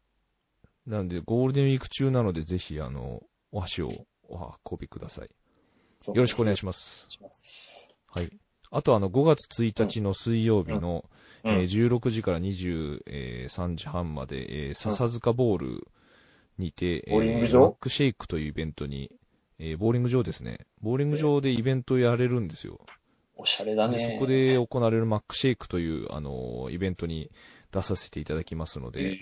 なんで、ゴールデンウィーク中なので、ぜひ、あの、お箸をお運びください。 よろしくお願いします。 します。 はい。あとあのごがつついたちの水曜日の、 うんうん、 えー、じゅうろくじからにじゅうさんじはんまで、えー、笹塚ボールにて、 ボーリングえー、 場マックシェイクというイベントに、えー、ボーリング場ですね。ボーリング場でイベントをやれるんですよ。 おしゃれだね。 で、そこで行われるマックシェイクという、あのー、イベントに出させていただきますので、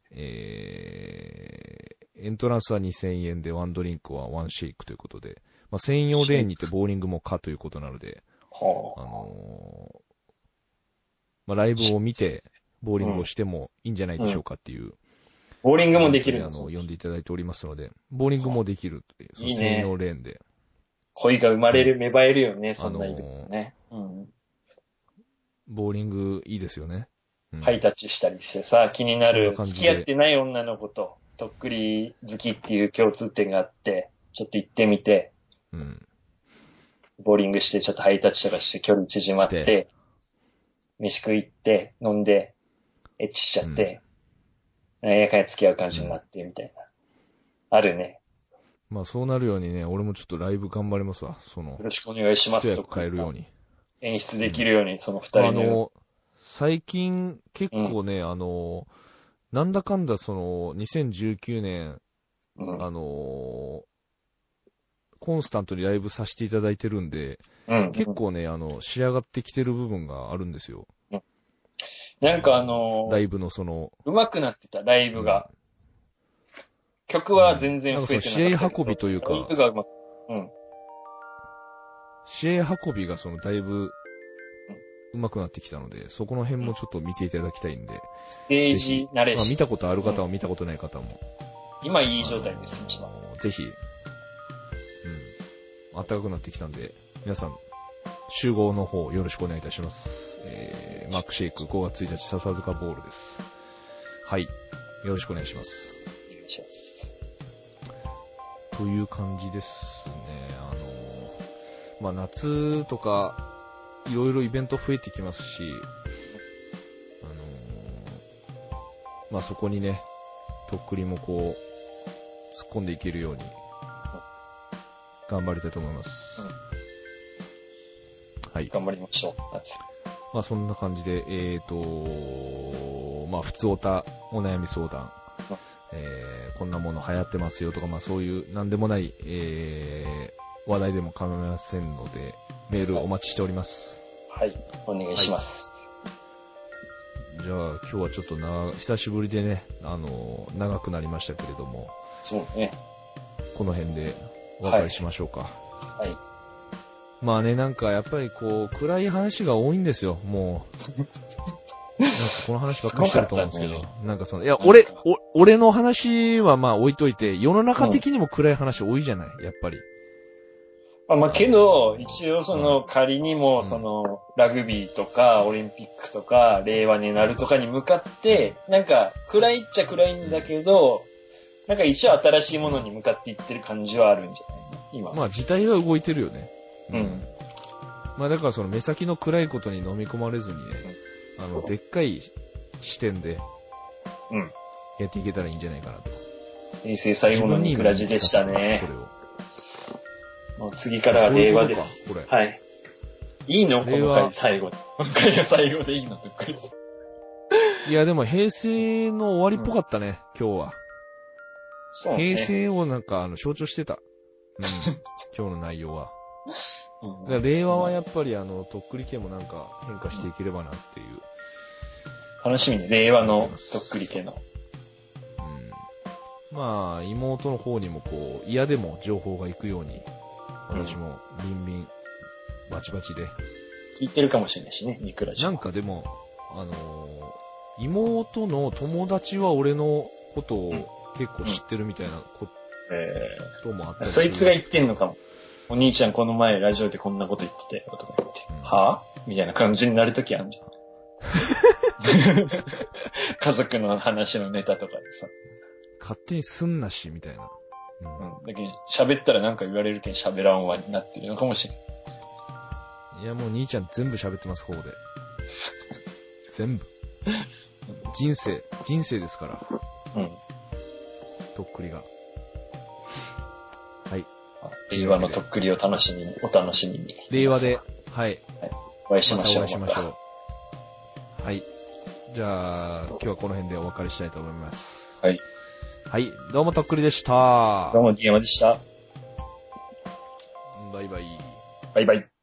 えー、エントランスはにせんえんで、ワンドリンクはワンシェイクということで、まあ、専用レーンにてボーリングも可ということなので、 はあ、 あのー、まあ、ライブを見て、ボーリングをしてもいいんじゃないでしょうかっていう。うんうん、 ボーリングもできるんですあの、呼んでいただいておりますので、ボーリングもできるという、その専用レーンで。いいね、 恋が生まれる、芽生えるよね、そんなイベントね、 あのーうん。ボーリングいいですよね。 うん、ハイタッチしたりしてさ、気になる、付き合ってない女の子と、とっくり好きっていう共通点があって、ちょっと行ってみて、うん、ボーリングして、ちょっとハイタッチとかして距離縮まって、飯食い行って、飲んで、エッチしちゃって、うん、なんやかんや付き合う感じになって、みたいな、うん。あるね。 まあそうなるようにね、俺もちょっとライブ頑張りますわ、その。よろしくお願いします。 一役変えるように。 演出できるように、うん、その二人の。 あの、最近結構ね、うん、あの、なんだかんだその、にせんじゅうきゅうねん、うん、あの、コンスタントにライブさせていただいてるんで、うんうん、結構ね、あの、仕上がってきてる部分があるんですよ。 うん、なんかあのー、 ライブのその、 上手くなってた、ライブが。うん、曲は全然増えてなかったけど、 うん、なんかその試合運びというか、 ライブがうまく、うん。 試合運びがその、だいぶ、上手くなってきたので、そこの辺もちょっと見ていただきたいんで。 ステージ慣れし、 まあ、見たことある方は見たことない方も。 うん、今いい状態です、一番。 ぜひ、うん。暖かくなってきたんで、皆さん、集合の方よろしくお願いいたします。えー、マックシェイクごがつついたち笹塚ボールです。はい。よろしくお願いします。 お願いします。 という感じですね。あの、まあ、夏とか、いろいろイベント増えてきますし、あのー、まあ、そこにね、とっくりもこう、突っ込んでいけるように、頑張りたいと思います。うん、はい。 頑張りましょう。 まあ、そんな感じで、えーと、まあ、普通おた、お悩み相談、うん、えー、こんなもの流行ってますよとか、まあ、そういうなんでもない、えー、話題でも構いませんので、メールお待ちしております。 はい、お願いします。 はい、じゃあ今日はちょっとな久しぶりでね、あの長くなりましたけれども、 そうね。 この辺でお別れしましょうか。 はい。はい、 まあね、なんかやっぱりこう暗い話が多いんですよ。もうなんかこの話ばっかりしてると思うんですけど、ね、なんかそのいや俺お俺の話はまあ置いといて、世の中的にも暗い話多いじゃない、やっぱり。 あまあ、けど、一応その、仮にも、その、ラグビーとか、オリンピックとか、令和になるとかに向かって、なんか、暗いっちゃ暗いんだけど、なんか一応新しいものに向かっていってる感じはあるんじゃないの今。 まあ、時代は動いてるよね。 うん。うん、 まあ、だからその、目先の暗いことに飲み込まれずにね、うん、あの、でっかい視点で、うん。やっていけたらいいんじゃないかなと。 平成最後のニクラジでしたね。それを。もう次からは令和です。 そういうことか、これ。 はい。いいのこの回最後。この回が最後でいいのとっくり。 いや、でも平成の終わりっぽかったね、うん、今日は。そうね。平成をなんか、あの、象徴してた。うん。今日の内容は。だから令和はやっぱり、あの、とっくり家もなんか変化していければなっていう。 楽しみね、令和のとっくり家の。 うん。まあ、妹の方にもこう、嫌でも情報が行くように、私もビンビンバチバチで聞いてるかもしれないしね、ニクラジ。 なんかでもあのー、妹の友達は俺のことを結構知ってるみたいなこともあったりする、 うんえー、そいつが言ってんのかも。お兄ちゃんこの前ラジオでこんなこと言ってたよとか言って、うん、はぁみたいな感じになるときあるじゃん。家族の話のネタとかでさ。 勝手にすんなしみたいな。 うん。だけど、喋ったらなんか言われるけん喋らんわになってるのかもしれん。 いや、もう兄ちゃん全部喋ってます、方で。全部。人生、人生ですから。うん。とっくりが。はい。 令和のとっくりを楽しみに、お楽しみに。 令和で、はい。 お会いしましょう。 またお会いしましょう。はい。じゃあ、今日はこの辺でお別れしたいと思います。 はい。 はい。どうもとっくりでした。 どうも、D山でした。 バイバイ。 バイバイ。